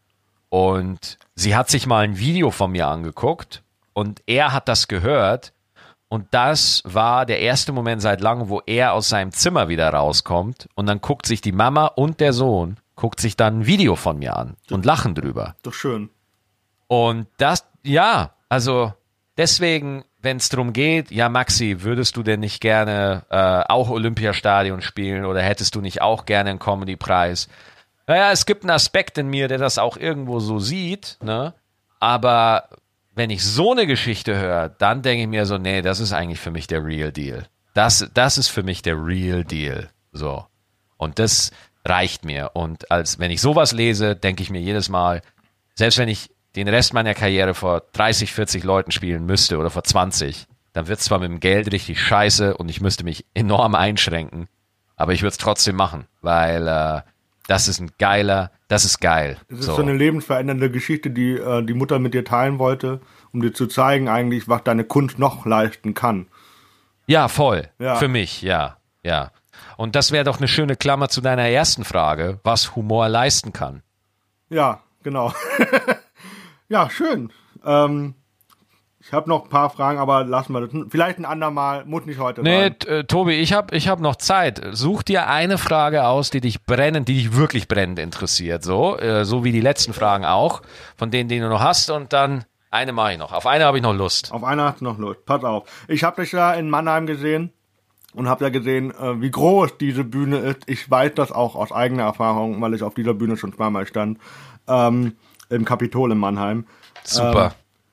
S2: Und sie hat sich mal ein Video von mir angeguckt und er hat das gehört. Und das war der erste Moment seit langem, wo er aus seinem Zimmer wieder rauskommt. Und dann guckt sich die Mama und der Sohn, guckt sich dann ein Video von mir an und lachen drüber.
S1: Doch schön.
S2: Und das, ja, also deswegen, wenn es darum geht, ja Maxi, würdest du denn nicht gerne äh, auch Olympiastadion spielen oder hättest du nicht auch gerne einen Comedy-Preis? Naja, es gibt einen Aspekt in mir, der das auch irgendwo so sieht, ne? Aber wenn ich so eine Geschichte höre, dann denke ich mir so, nee, das ist eigentlich für mich der Real Deal. Das, das ist für mich der Real Deal. So. Und das reicht mir. Und als wenn ich sowas lese, denke ich mir jedes Mal, selbst wenn ich den Rest meiner Karriere vor dreißig, vierzig Leuten spielen müsste oder vor zwanzig, dann wird es zwar mit dem Geld richtig scheiße und ich müsste mich enorm einschränken, aber ich würde es trotzdem machen, weil äh, das ist ein geiler, das ist geil.
S1: Es ist so. so eine lebensverändernde Geschichte, die äh, die Mutter mit dir teilen wollte, um dir zu zeigen eigentlich, was deine Kunst noch leisten kann.
S2: Ja, voll.
S1: Ja.
S2: Für mich, ja, ja. Und das wäre doch eine schöne Klammer zu deiner ersten Frage, was Humor leisten kann.
S1: Ja, genau. Ja, schön. Ähm, ich habe noch ein paar Fragen, aber lassen wir das. Vielleicht ein andermal, muss nicht heute
S2: Nee,
S1: sein.
S2: t- äh, Tobi, ich habe ich hab noch Zeit. Such dir eine Frage aus, die dich brennend, die dich wirklich brennend interessiert. So, äh, so wie die letzten Fragen auch, von denen, die du noch hast. Und dann eine mache ich noch. Auf eine habe ich noch Lust.
S1: Auf einer hast du noch Lust. Pass auf. Ich habe dich ja in Mannheim gesehen und habe ja gesehen, äh, wie groß diese Bühne ist. Ich weiß das auch aus eigener Erfahrung, weil ich auf dieser Bühne schon zweimal stand. Ähm, im Kapitol in Mannheim.
S2: Super.
S1: Ähm,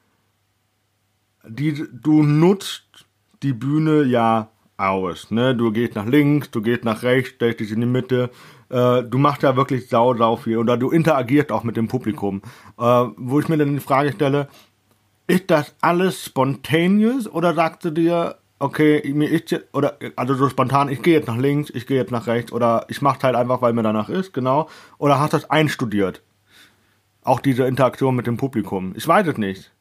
S1: die, du nutzt die Bühne ja aus, ne? Du gehst nach links, du gehst nach rechts, stellst dich in die Mitte. Äh, du machst ja wirklich sau, sau viel. Oder du interagierst auch mit dem Publikum. Äh, wo ich mir dann die Frage stelle, ist das alles spontaneous oder sagst du dir, okay, mir ist jetzt, oder, also so spontan, ich gehe jetzt nach links, ich gehe jetzt nach rechts, oder ich mach's halt einfach, weil mir danach ist, genau. Oder hast du das einstudiert? Auch diese Interaktion mit dem Publikum. Ich weiß es nicht.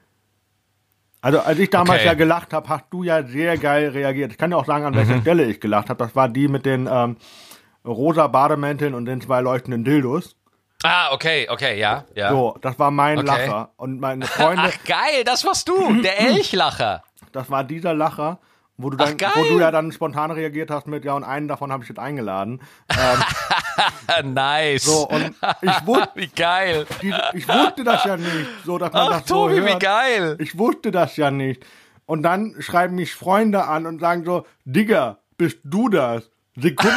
S1: Also als ich damals
S2: Okay.
S1: ja gelacht habe, hast du ja sehr geil reagiert. Ich kann dir auch sagen, an welcher
S2: Mhm.
S1: Stelle ich gelacht habe. Das war die mit den ähm, rosa Bademänteln und den zwei leuchtenden Dildos.
S2: Ah, okay, okay, ja, ja.
S1: So, das war mein
S2: Okay.
S1: Lacher. Und meine Freunde,
S2: Ach, geil, das warst du, der Elchlacher.
S1: das war dieser Lacher, wo du
S2: Ach,
S1: dann,
S2: geil.
S1: wo du ja dann spontan reagiert hast mit, ja, und einen davon habe ich jetzt eingeladen. Ähm,
S2: Ah, nice.
S1: so, und ich wusste,
S2: Wie geil.
S1: die, ich wusste das ja nicht, so dass man
S2: Ach,
S1: das so
S2: Tobi, wie
S1: hört.
S2: geil.
S1: Ich wusste das ja nicht. Und dann schreiben mich Freunde an und sagen so, Digga, bist du das? Sekunde,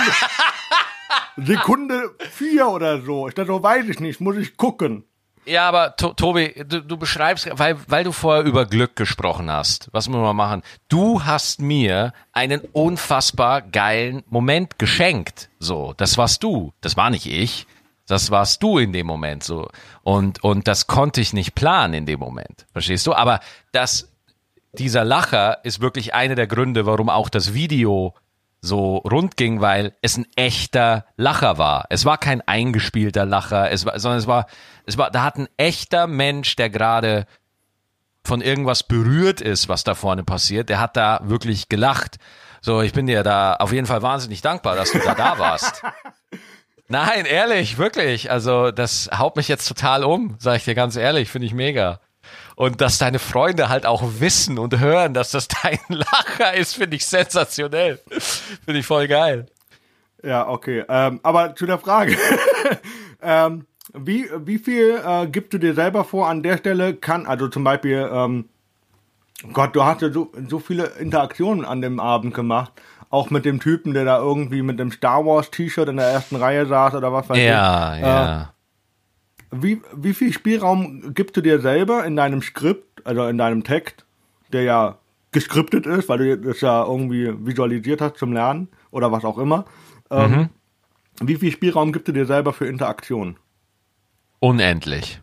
S1: Sekunde vier oder so. Ich dachte, so weiß ich nicht, muss ich gucken.
S2: Ja, aber to Tobi, du, du beschreibst, weil, weil du vorher über Glück gesprochen hast. Was müssen wir machen? Du hast mir einen unfassbar geilen Moment geschenkt. So, das warst du. Das war nicht ich. Das warst du in dem Moment so. Und, und das konnte ich nicht planen in dem Moment. Verstehst du? Aber das, dieser Lacher ist wirklich einer der Gründe, warum auch das Video so rund ging, weil es ein echter Lacher war. Es war kein eingespielter Lacher, es war, sondern es war, es war, da hat ein echter Mensch, der gerade von irgendwas berührt ist, was da vorne passiert, der hat da wirklich gelacht. So, ich bin dir da auf jeden Fall wahnsinnig dankbar, dass du da da warst. Nein, ehrlich, wirklich. Also, das haut mich jetzt total um, sag ich dir ganz ehrlich, finde ich mega. Und dass deine Freunde halt auch wissen und hören, dass das dein Lacher ist, finde ich sensationell. Finde ich voll geil.
S1: Ja, okay. Ähm, aber zu der Frage. ähm, wie, wie viel äh, gibst du dir selber vor an der Stelle? Kann, also zum Beispiel, ähm, Gott, du hast ja so, so viele Interaktionen an dem Abend gemacht. Auch mit dem Typen, der da irgendwie mit dem Star Wars T-Shirt in der ersten Reihe saß oder was weiß
S2: Ja,
S1: ich.
S2: ja.
S1: Äh, wie, wie viel Spielraum gibst du dir selber in deinem Skript, also in deinem Text, der ja geskriptet ist, weil du das ja irgendwie visualisiert hast zum Lernen oder was auch immer. Ähm,
S2: Mhm.
S1: Wie viel Spielraum gibst du dir selber für Interaktion?
S2: Unendlich.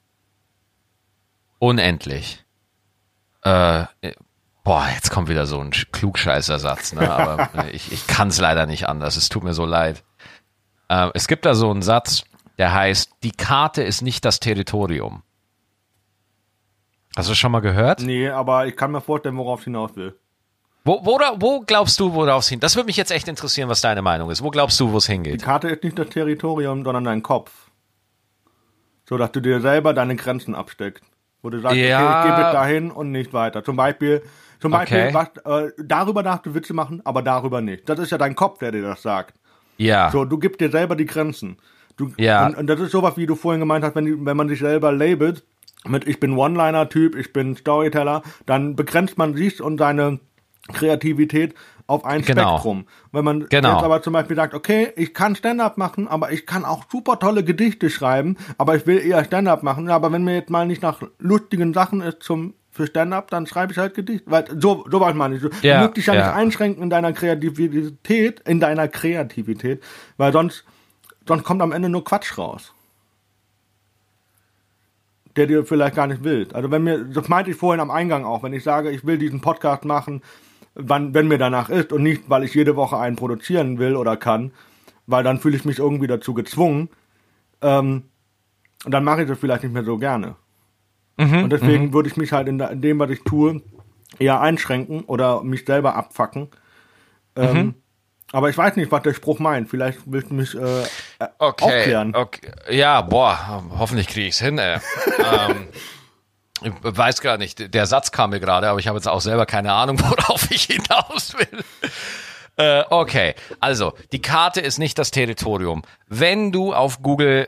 S2: Unendlich. Äh, boah, jetzt kommt wieder so ein Klugscheißersatz, ne? Aber ich, ich kann es leider nicht anders. Es tut mir so leid. Äh, es gibt da so einen Satz, der heißt, die Karte ist nicht das Territorium. Hast du das schon mal gehört?
S1: Nee, aber ich kann mir vorstellen, worauf ich hinaus will.
S2: Wo, wo, wo glaubst du, worauf es hin? Das würde mich jetzt echt interessieren, was deine Meinung ist. Wo glaubst du, wo es
S1: Die
S2: hingeht?
S1: Karte ist nicht das Territorium, sondern dein Kopf. So, dass du dir selber deine Grenzen absteckst. Wo du sagst,
S2: Ja.
S1: okay, ich gehe bis dahin und nicht weiter. Zum Beispiel, zum Beispiel,
S2: Okay.
S1: was, äh, darüber darfst du Witze machen, aber darüber nicht. Das ist ja dein Kopf, der dir das sagt.
S2: Ja.
S1: So, du gibst dir selber die Grenzen. Du,
S2: Ja.
S1: und, und das ist sowas, wie du vorhin gemeint hast, wenn, die, wenn man sich selber labelt, mit ich bin One-Liner-Typ, ich bin Storyteller, dann begrenzt man sich und seine Kreativität auf ein
S2: Genau.
S1: Spektrum. Wenn man
S2: Genau.
S1: jetzt aber zum Beispiel sagt, okay, ich kann Stand-Up machen, aber ich kann auch super tolle Gedichte schreiben, aber ich will eher Stand-Up machen, ja, aber wenn mir jetzt mal nicht nach lustigen Sachen ist zum für Stand-Up, dann schreibe ich halt Gedicht. Weil so, so was meine ich. Du,
S2: Ja,
S1: du musst dich ja,
S2: ja.
S1: nicht einschränken in deiner Kreativität, in deiner Kreativität, weil sonst, sonst kommt am Ende nur Quatsch raus. der dir vielleicht gar nicht willst. Also wenn mir, das meinte ich vorhin am Eingang auch, wenn ich sage, ich will diesen Podcast machen, wann, wenn mir danach ist und nicht, weil ich jede Woche einen produzieren will oder kann, weil dann fühle ich mich irgendwie dazu gezwungen, ähm, und dann mache ich das vielleicht nicht mehr so gerne. Mhm, und deswegen mhm. würde ich mich halt in, in dem, was ich tue, eher einschränken oder mich selber abfacken. Ähm, mhm. Aber ich weiß nicht, was der Spruch meint. Vielleicht willst du mich äh,
S2: okay,
S1: aufklären.
S2: Okay. Ja, boah, hoffentlich kriege ich es hin, ey. ähm, ich weiß gar nicht, der Satz kam mir gerade, aber ich habe jetzt auch selber keine Ahnung, worauf ich hinaus will. äh, okay, also, die Karte ist nicht das Territorium. Wenn du auf Google...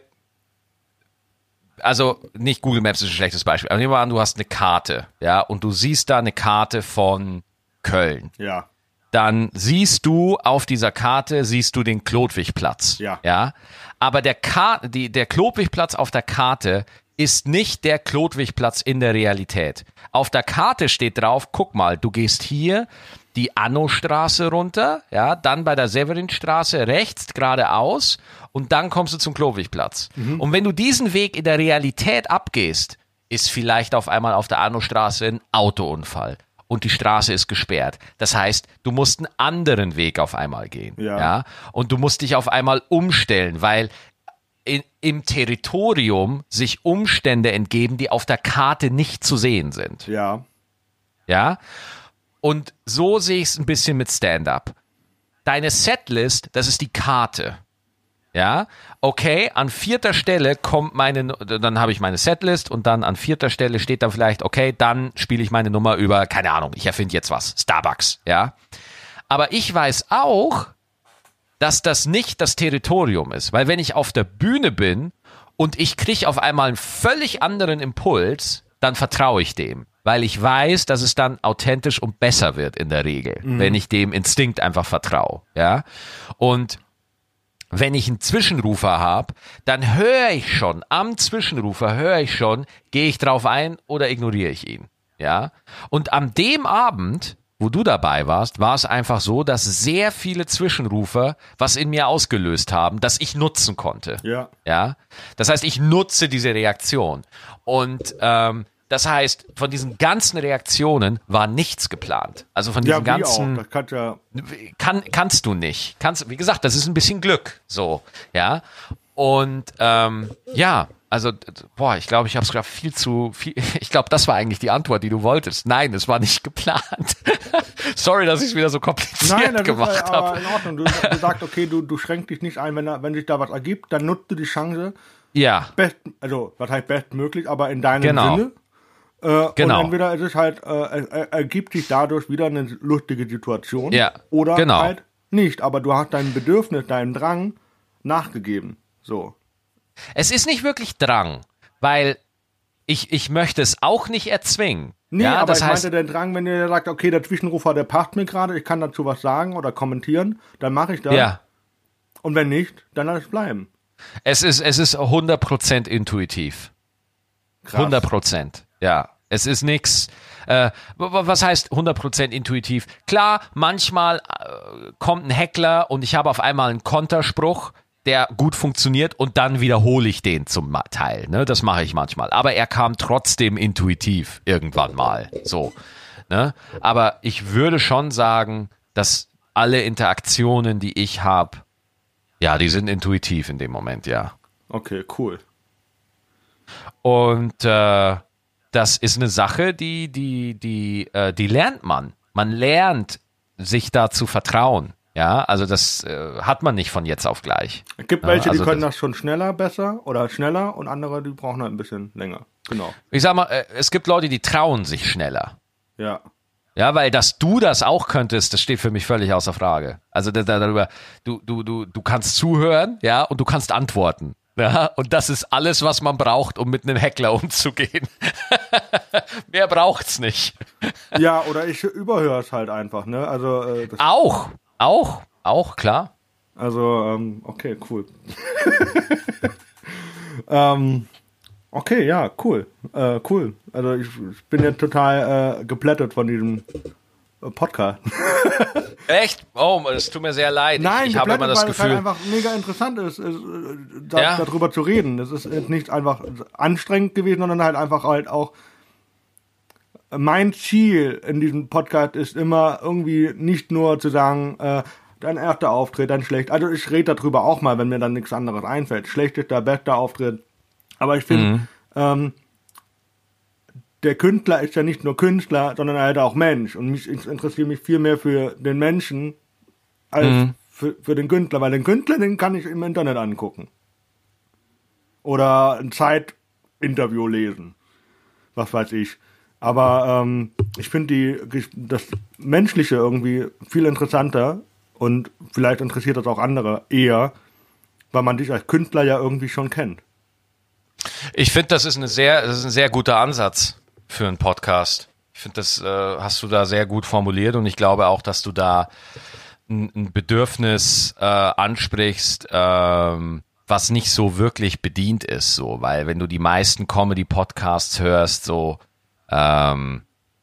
S2: Also nicht Google Maps ist ein schlechtes Beispiel, aber nehmen wir an, du hast eine Karte, ja, und du siehst da eine Karte von Köln.
S1: Ja.
S2: Dann siehst du auf dieser Karte, siehst du den Chlodwigplatz.
S1: Ja.
S2: Ja. Aber der, Ka- die, der Chlodwigplatz auf der Karte ist nicht der Chlodwigplatz in der Realität. Auf der Karte steht drauf, guck mal, du gehst hier die Annostraße runter, ja, dann bei der Severinstraße rechts geradeaus und dann kommst du zum Chlodwigplatz. Mhm. Und wenn du diesen Weg in der Realität abgehst, ist vielleicht auf einmal auf der Annostraße ein Autounfall und die Straße ist gesperrt. Das heißt, du musst einen anderen Weg auf einmal gehen,
S1: ja,
S2: ja? Und du musst dich auf einmal umstellen, weil in, im Territorium sich Umstände entgeben, die auf der Karte nicht zu sehen sind.
S1: Ja.
S2: Ja. Und so sehe ich es ein bisschen mit Stand-up. Deine Setlist, das ist die Karte. Ja, okay, an vierter Stelle kommt meine, dann habe ich meine Setlist und dann an vierter Stelle steht dann vielleicht, okay, dann spiele ich meine Nummer über, keine Ahnung, ich erfinde jetzt was, Starbucks, ja. Aber ich weiß auch, dass das nicht das Territorium ist, weil wenn ich auf der Bühne bin und ich kriege auf einmal einen völlig anderen Impuls, dann vertraue ich dem. Weil ich weiß, dass es dann authentisch und besser wird in der Regel, mhm. wenn ich dem Instinkt einfach vertraue, ja. Und wenn ich einen Zwischenrufer habe, dann höre ich schon, am Zwischenrufer höre ich schon, gehe ich drauf ein oder ignoriere ich ihn, ja. Und an dem Abend, wo du dabei warst, war es einfach so, dass sehr viele Zwischenrufer was in mir ausgelöst haben, das ich nutzen konnte,
S1: ja.
S2: ja. Das heißt, ich nutze diese Reaktion und ähm, das heißt, von diesen ganzen Reaktionen war nichts geplant. Also von diesen
S1: ja, wie
S2: ganzen.
S1: Auch. Das kann ja
S2: kann, kannst du nicht. Kannst, wie gesagt, das ist ein bisschen Glück. So, ja. Und ähm, ja, also, boah, ich glaube, ich habe es gerade viel zu viel. Ich glaube, das war eigentlich die Antwort, die du wolltest. Nein, es war nicht geplant. Sorry, dass ich es wieder so kompliziert
S1: Nein, das
S2: gemacht
S1: ist, äh,
S2: habe.
S1: In Ordnung. Du, du sagst, okay, du, du schränkst dich nicht ein, wenn, wenn sich da was ergibt, dann nutzt du die Chance.
S2: Ja.
S1: Best, also, was heißt bestmöglich, aber in deinem
S2: genau.
S1: Sinne. Äh,
S2: genau.
S1: Und entweder ist es halt, äh, er, ergibt sich dadurch wieder eine lustige Situation.
S2: Ja.
S1: Oder
S2: genau.
S1: halt nicht. Aber du hast dein Bedürfnis, deinen Drang nachgegeben. So.
S2: Es ist nicht wirklich Drang, weil ich, ich möchte es auch nicht erzwingen.
S1: Nee,
S2: ja,
S1: aber
S2: das
S1: ich
S2: heißt,
S1: meinte den Drang, wenn ihr sagt, okay, der Zwischenrufer, der passt mir gerade, ich kann dazu was sagen oder kommentieren, dann mache ich das.
S2: Ja.
S1: Und wenn nicht, dann lass es bleiben.
S2: Es ist, es ist hundert Prozent intuitiv.
S1: Krass.
S2: hundert Prozent, ja. Es ist nichts. Äh, was heißt hundert Prozent intuitiv? Klar, manchmal äh, kommt ein Heckler und ich habe auf einmal einen Konterspruch, der gut funktioniert und dann wiederhole ich den zum Teil. Ne? Das mache ich manchmal. Aber er kam trotzdem intuitiv irgendwann mal. So. Ne? Aber ich würde schon sagen, dass alle Interaktionen, die ich habe, ja, die sind intuitiv in dem Moment, ja.
S1: Okay, cool.
S2: Und äh, das ist eine Sache, die, die, die, äh, die lernt man. Man lernt, sich da zu vertrauen. Ja, also das äh, hat man nicht von jetzt auf gleich.
S1: Es gibt welche,
S2: ja, also
S1: die können
S2: das,
S1: das schon schneller besser oder schneller und andere, die brauchen halt ein bisschen länger. Genau.
S2: Ich sag mal, äh, es gibt Leute, die trauen sich schneller.
S1: Ja.
S2: Ja, weil dass du das auch könntest, das steht für mich völlig außer Frage. Also da, darüber, du, du, du, du kannst zuhören, ja, und du kannst antworten. Ja, und das ist alles, was man braucht, um mit einem Heckler umzugehen. Mehr braucht's nicht.
S1: Ja, oder ich überhöre es halt einfach, ne? Also äh, das
S2: auch, auch, auch, klar.
S1: Also, ähm, okay, cool. ähm, okay, ja, cool. Äh, cool. Also ich, ich bin jetzt total äh, geplättet von diesem Podcast.
S2: Echt? Oh, es tut mir sehr leid.
S1: Nein,
S2: ich, ich habe immer das
S1: weil
S2: Gefühl,
S1: es halt einfach mega interessant ist, ist da,
S2: ja.
S1: darüber zu reden. Das ist nicht einfach anstrengend gewesen, sondern halt einfach halt auch mein Ziel in diesem Podcast ist immer irgendwie nicht nur zu sagen, äh, dein erster Auftritt, dein schlecht. Also ich rede darüber auch mal, wenn mir dann nichts anderes einfällt. Schlechtester, bester Auftritt. Aber ich finde, mhm. ähm, der Künstler ist ja nicht nur Künstler, sondern halt auch Mensch. Und mich, ich interessiere mich viel mehr für den Menschen als mhm. für, für den Künstler. Weil den Künstler, den kann ich im Internet angucken. Oder ein Zeitinterview lesen. Was weiß ich. Aber ähm, ich finde die das Menschliche irgendwie viel interessanter und vielleicht interessiert das auch andere eher, weil man dich als Künstler ja irgendwie schon kennt.
S2: Ich finde, das ist eine sehr, das ist ein sehr guter Ansatz für einen Podcast. Ich finde, das äh, hast du da sehr gut formuliert und ich glaube auch, dass du da ein, ein Bedürfnis äh, ansprichst, ähm, was nicht so wirklich bedient ist, so, weil wenn du die meisten Comedy-Podcasts hörst, so Ähm,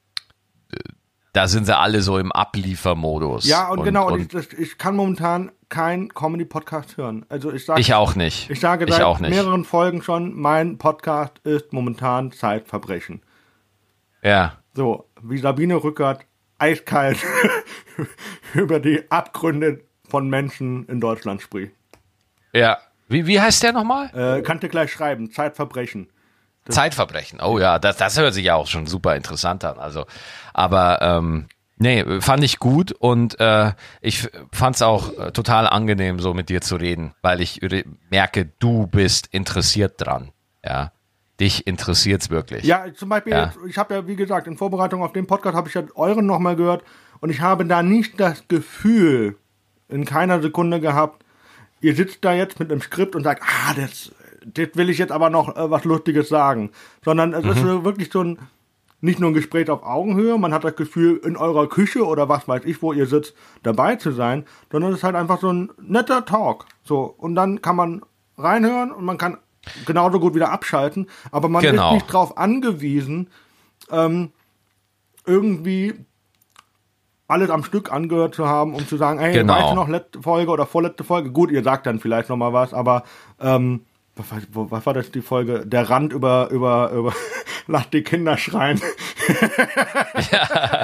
S2: da sind sie alle so im Abliefermodus.
S1: Ja, und, und genau, und ich, ich kann momentan keinen Comedy-Podcast hören. Also ich sage
S2: ich auch nicht.
S1: Ich sage
S2: ich
S1: seit mehreren Folgen schon, mein Podcast ist momentan Zeitverbrechen.
S2: Ja.
S1: So, wie Sabine Rückert eiskalt über die Abgründe von Menschen in Deutschland spricht.
S2: Ja. Wie, wie heißt der nochmal?
S1: Äh, kannst du gleich schreiben, Zeitverbrechen.
S2: Das Zeitverbrechen, oh ja, das, das hört sich ja auch schon super interessant an. Also, aber ähm, nee, fand ich gut und äh, ich fand es auch äh, total angenehm, so mit dir zu reden, weil ich re- merke, du bist interessiert dran. Ja, dich interessiert's wirklich.
S1: Ja, zum Beispiel,
S2: ja.
S1: Jetzt, ich habe ja, wie gesagt, in Vorbereitung auf den Podcast habe ich ja euren nochmal gehört und ich habe da nicht das Gefühl in keiner Sekunde gehabt, ihr sitzt da jetzt mit einem Skript und sagt, ah, das das will ich jetzt aber noch äh, was Lustiges sagen. Sondern es mhm. ist wirklich so ein, nicht nur ein Gespräch auf Augenhöhe, man hat das Gefühl, in eurer Küche oder was weiß ich, wo ihr sitzt, dabei zu sein, sondern es ist halt einfach so ein netter Talk. So, und dann kann man reinhören und man kann genauso gut wieder abschalten, aber man genau. ist nicht drauf angewiesen, ähm, irgendwie alles am Stück angehört zu haben, um zu sagen, ey, genau. weißt du noch, letzte Folge oder vorletzte Folge? Gut, ihr sagt dann vielleicht noch mal was, aber ähm, Was war, was war das die Folge? Der Rand über, über, über, lass die Kinder schreien.
S2: Ja.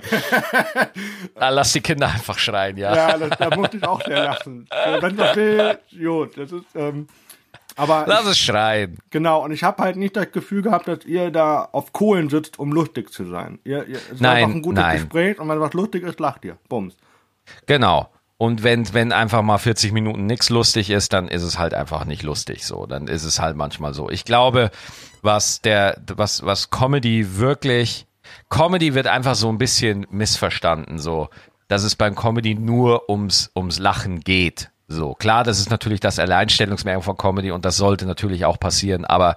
S2: Lass die Kinder einfach schreien, ja.
S1: Ja, das, da musste ich auch sehr lachen. Wenn das will, gut, das ist, ähm, aber.
S2: Lass
S1: ich,
S2: es schreien.
S1: Genau, und ich habe halt nicht das Gefühl gehabt, dass ihr da auf Kohlen sitzt, um lustig zu sein. Ihr, ihr, es
S2: nein,
S1: war einfach ein gutes
S2: nein.
S1: Gespräch und wenn was lustig ist, lacht ihr. Bums.
S2: Genau. Und wenn, wenn einfach mal vierzig Minuten nichts lustig ist, dann ist es halt einfach nicht lustig so. Dann ist es halt manchmal so. Ich glaube, was der, was, was Comedy wirklich, Comedy wird einfach so ein bisschen missverstanden, so, dass es beim Comedy nur ums, ums Lachen geht. So, klar, das ist natürlich das Alleinstellungsmerkmal von Comedy und das sollte natürlich auch passieren, aber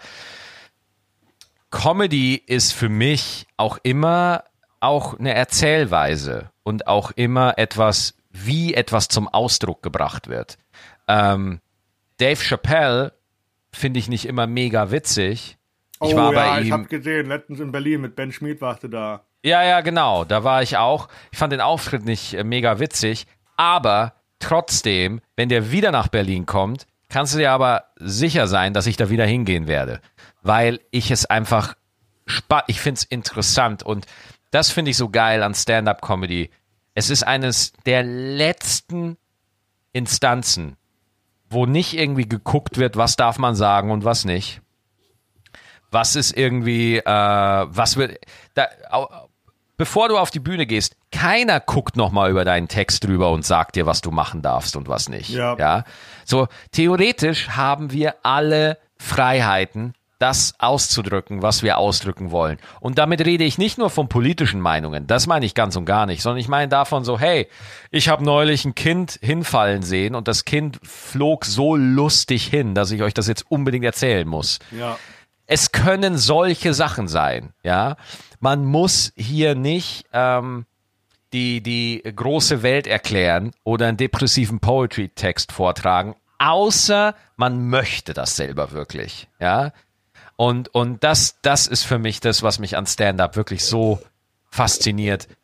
S2: Comedy ist für mich auch immer auch eine Erzählweise und auch immer etwas, wie etwas zum Ausdruck gebracht wird. Ähm, Dave Chappelle finde ich nicht immer mega witzig. Ich
S1: oh
S2: war
S1: ja,
S2: bei ihm,
S1: ich habe gesehen, letztens in Berlin mit Ben Schmid warst du da.
S2: Ja, ja, genau, da war ich auch. Ich fand den Auftritt nicht äh, mega witzig, aber trotzdem, wenn der wieder nach Berlin kommt, kannst du dir aber sicher sein, dass ich da wieder hingehen werde, weil ich es einfach, spa- ich finde es interessant und das finde ich so geil an Stand-Up-Comedy. Es ist eines der letzten Instanzen, wo nicht irgendwie geguckt wird, was darf man sagen und was nicht. Was ist irgendwie, äh, was wird, da, bevor du auf die Bühne gehst, keiner guckt nochmal über deinen Text drüber und sagt dir, was du machen darfst und was nicht.
S1: Ja.
S2: Ja? So, theoretisch haben wir alle Freiheiten, das auszudrücken, was wir ausdrücken wollen. Und damit rede ich nicht nur von politischen Meinungen, das meine ich ganz und gar nicht, sondern ich meine davon so, hey, ich habe neulich ein Kind hinfallen sehen und das Kind flog so lustig hin, dass ich euch das jetzt unbedingt erzählen muss.
S1: Ja.
S2: Es können solche Sachen sein, ja. Man muss hier nicht ähm, die, die große Welt erklären oder einen depressiven Poetry-Text vortragen, außer man möchte das selber wirklich, ja. Und, und das, das ist für mich das, was mich an Stand-Up wirklich so fasziniert.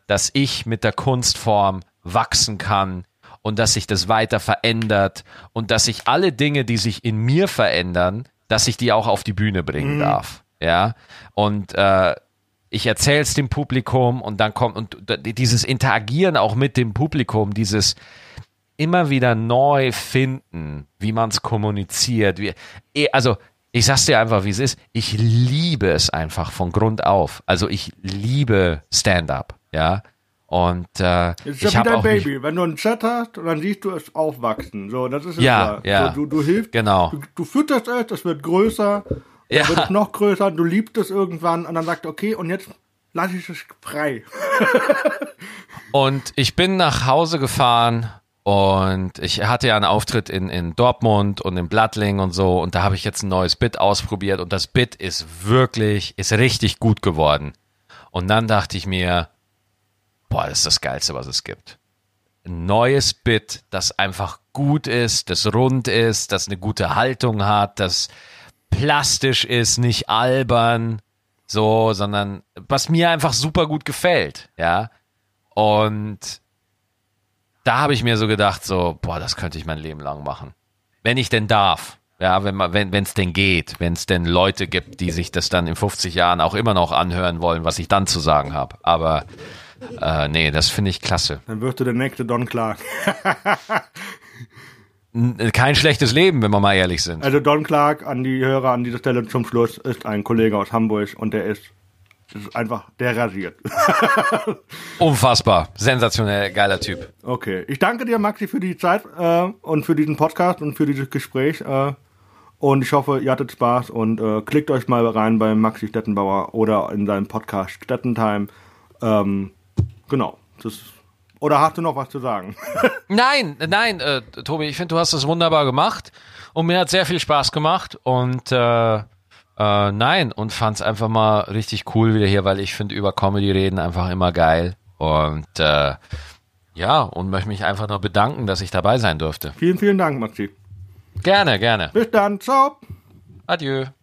S2: dass ich mit der Kunstform wachsen kann und dass sich das weiter verändert und dass ich alle Dinge, die sich in mir verändern, dass ich die auch auf die Bühne bringen mhm. darf. Ja, und äh, ich erzähle es dem Publikum und dann kommt und dieses Interagieren auch mit dem Publikum, dieses immer wieder neu finden, wie man es kommuniziert. Wie, also ich sag's dir einfach, wie es ist. Ich liebe es einfach von Grund auf. Also ich liebe Stand-up, ja. Und äh,
S1: ist
S2: ich
S1: ja
S2: habe
S1: wie
S2: auch
S1: dein Baby. Wenn du einen Chat hast, dann siehst du es aufwachsen. So, das ist es
S2: ja, ja.
S1: So, du, du hilfst,
S2: genau.
S1: du, du fütterst es, es wird größer,
S2: ja.
S1: es wird noch größer, du liebst es irgendwann und dann sagt, okay, und jetzt lass ich es frei.
S2: Und ich bin nach Hause gefahren und ich hatte ja einen Auftritt in, in Dortmund und in Blattling und so und da habe ich jetzt ein neues Bit ausprobiert und das Bit ist wirklich, ist richtig gut geworden. Und dann dachte ich mir, boah, das ist das Geilste, was es gibt. Ein neues Bit, das einfach gut ist, das rund ist, das eine gute Haltung hat, das plastisch ist, nicht albern, so, sondern was mir einfach super gut gefällt, ja. Und da habe ich mir so gedacht, so, boah, das könnte ich mein Leben lang machen. Wenn ich denn darf. Ja, wenn man, wenn es denn geht, wenn es denn Leute gibt, die sich das dann in fünfzig Jahren auch immer noch anhören wollen, was ich dann zu sagen habe. Aber äh, nee, das finde ich klasse.
S1: Dann wirst du der nächste Don Clark.
S2: Kein schlechtes Leben, wenn wir mal ehrlich sind.
S1: Also Don Clark, an die Hörer an dieser Stelle zum Schluss, ist ein Kollege aus Hamburg und der ist, ist einfach, der rasiert.
S2: Unfassbar, sensationell, geiler Typ.
S1: Okay, ich danke dir, Maxi, für die Zeit äh, und für diesen Podcast und für dieses Gespräch. Äh, und ich hoffe, ihr hattet Spaß und äh, klickt euch mal rein bei Maxi Stettenbauer oder in seinem Podcast Stettentime. Ähm, genau, das ist. Oder hast du noch was zu sagen?
S2: Nein, nein, äh, Tobi, ich finde, du hast das wunderbar gemacht und mir hat sehr viel Spaß gemacht und äh, äh, nein, und fand es einfach mal richtig cool wieder hier, weil ich finde, über Comedy reden einfach immer geil und äh, ja, und möchte mich einfach nur bedanken, dass ich dabei sein durfte.
S1: Vielen, vielen Dank, Maxi.
S2: Gerne, gerne.
S1: Bis dann, ciao.
S2: Adieu.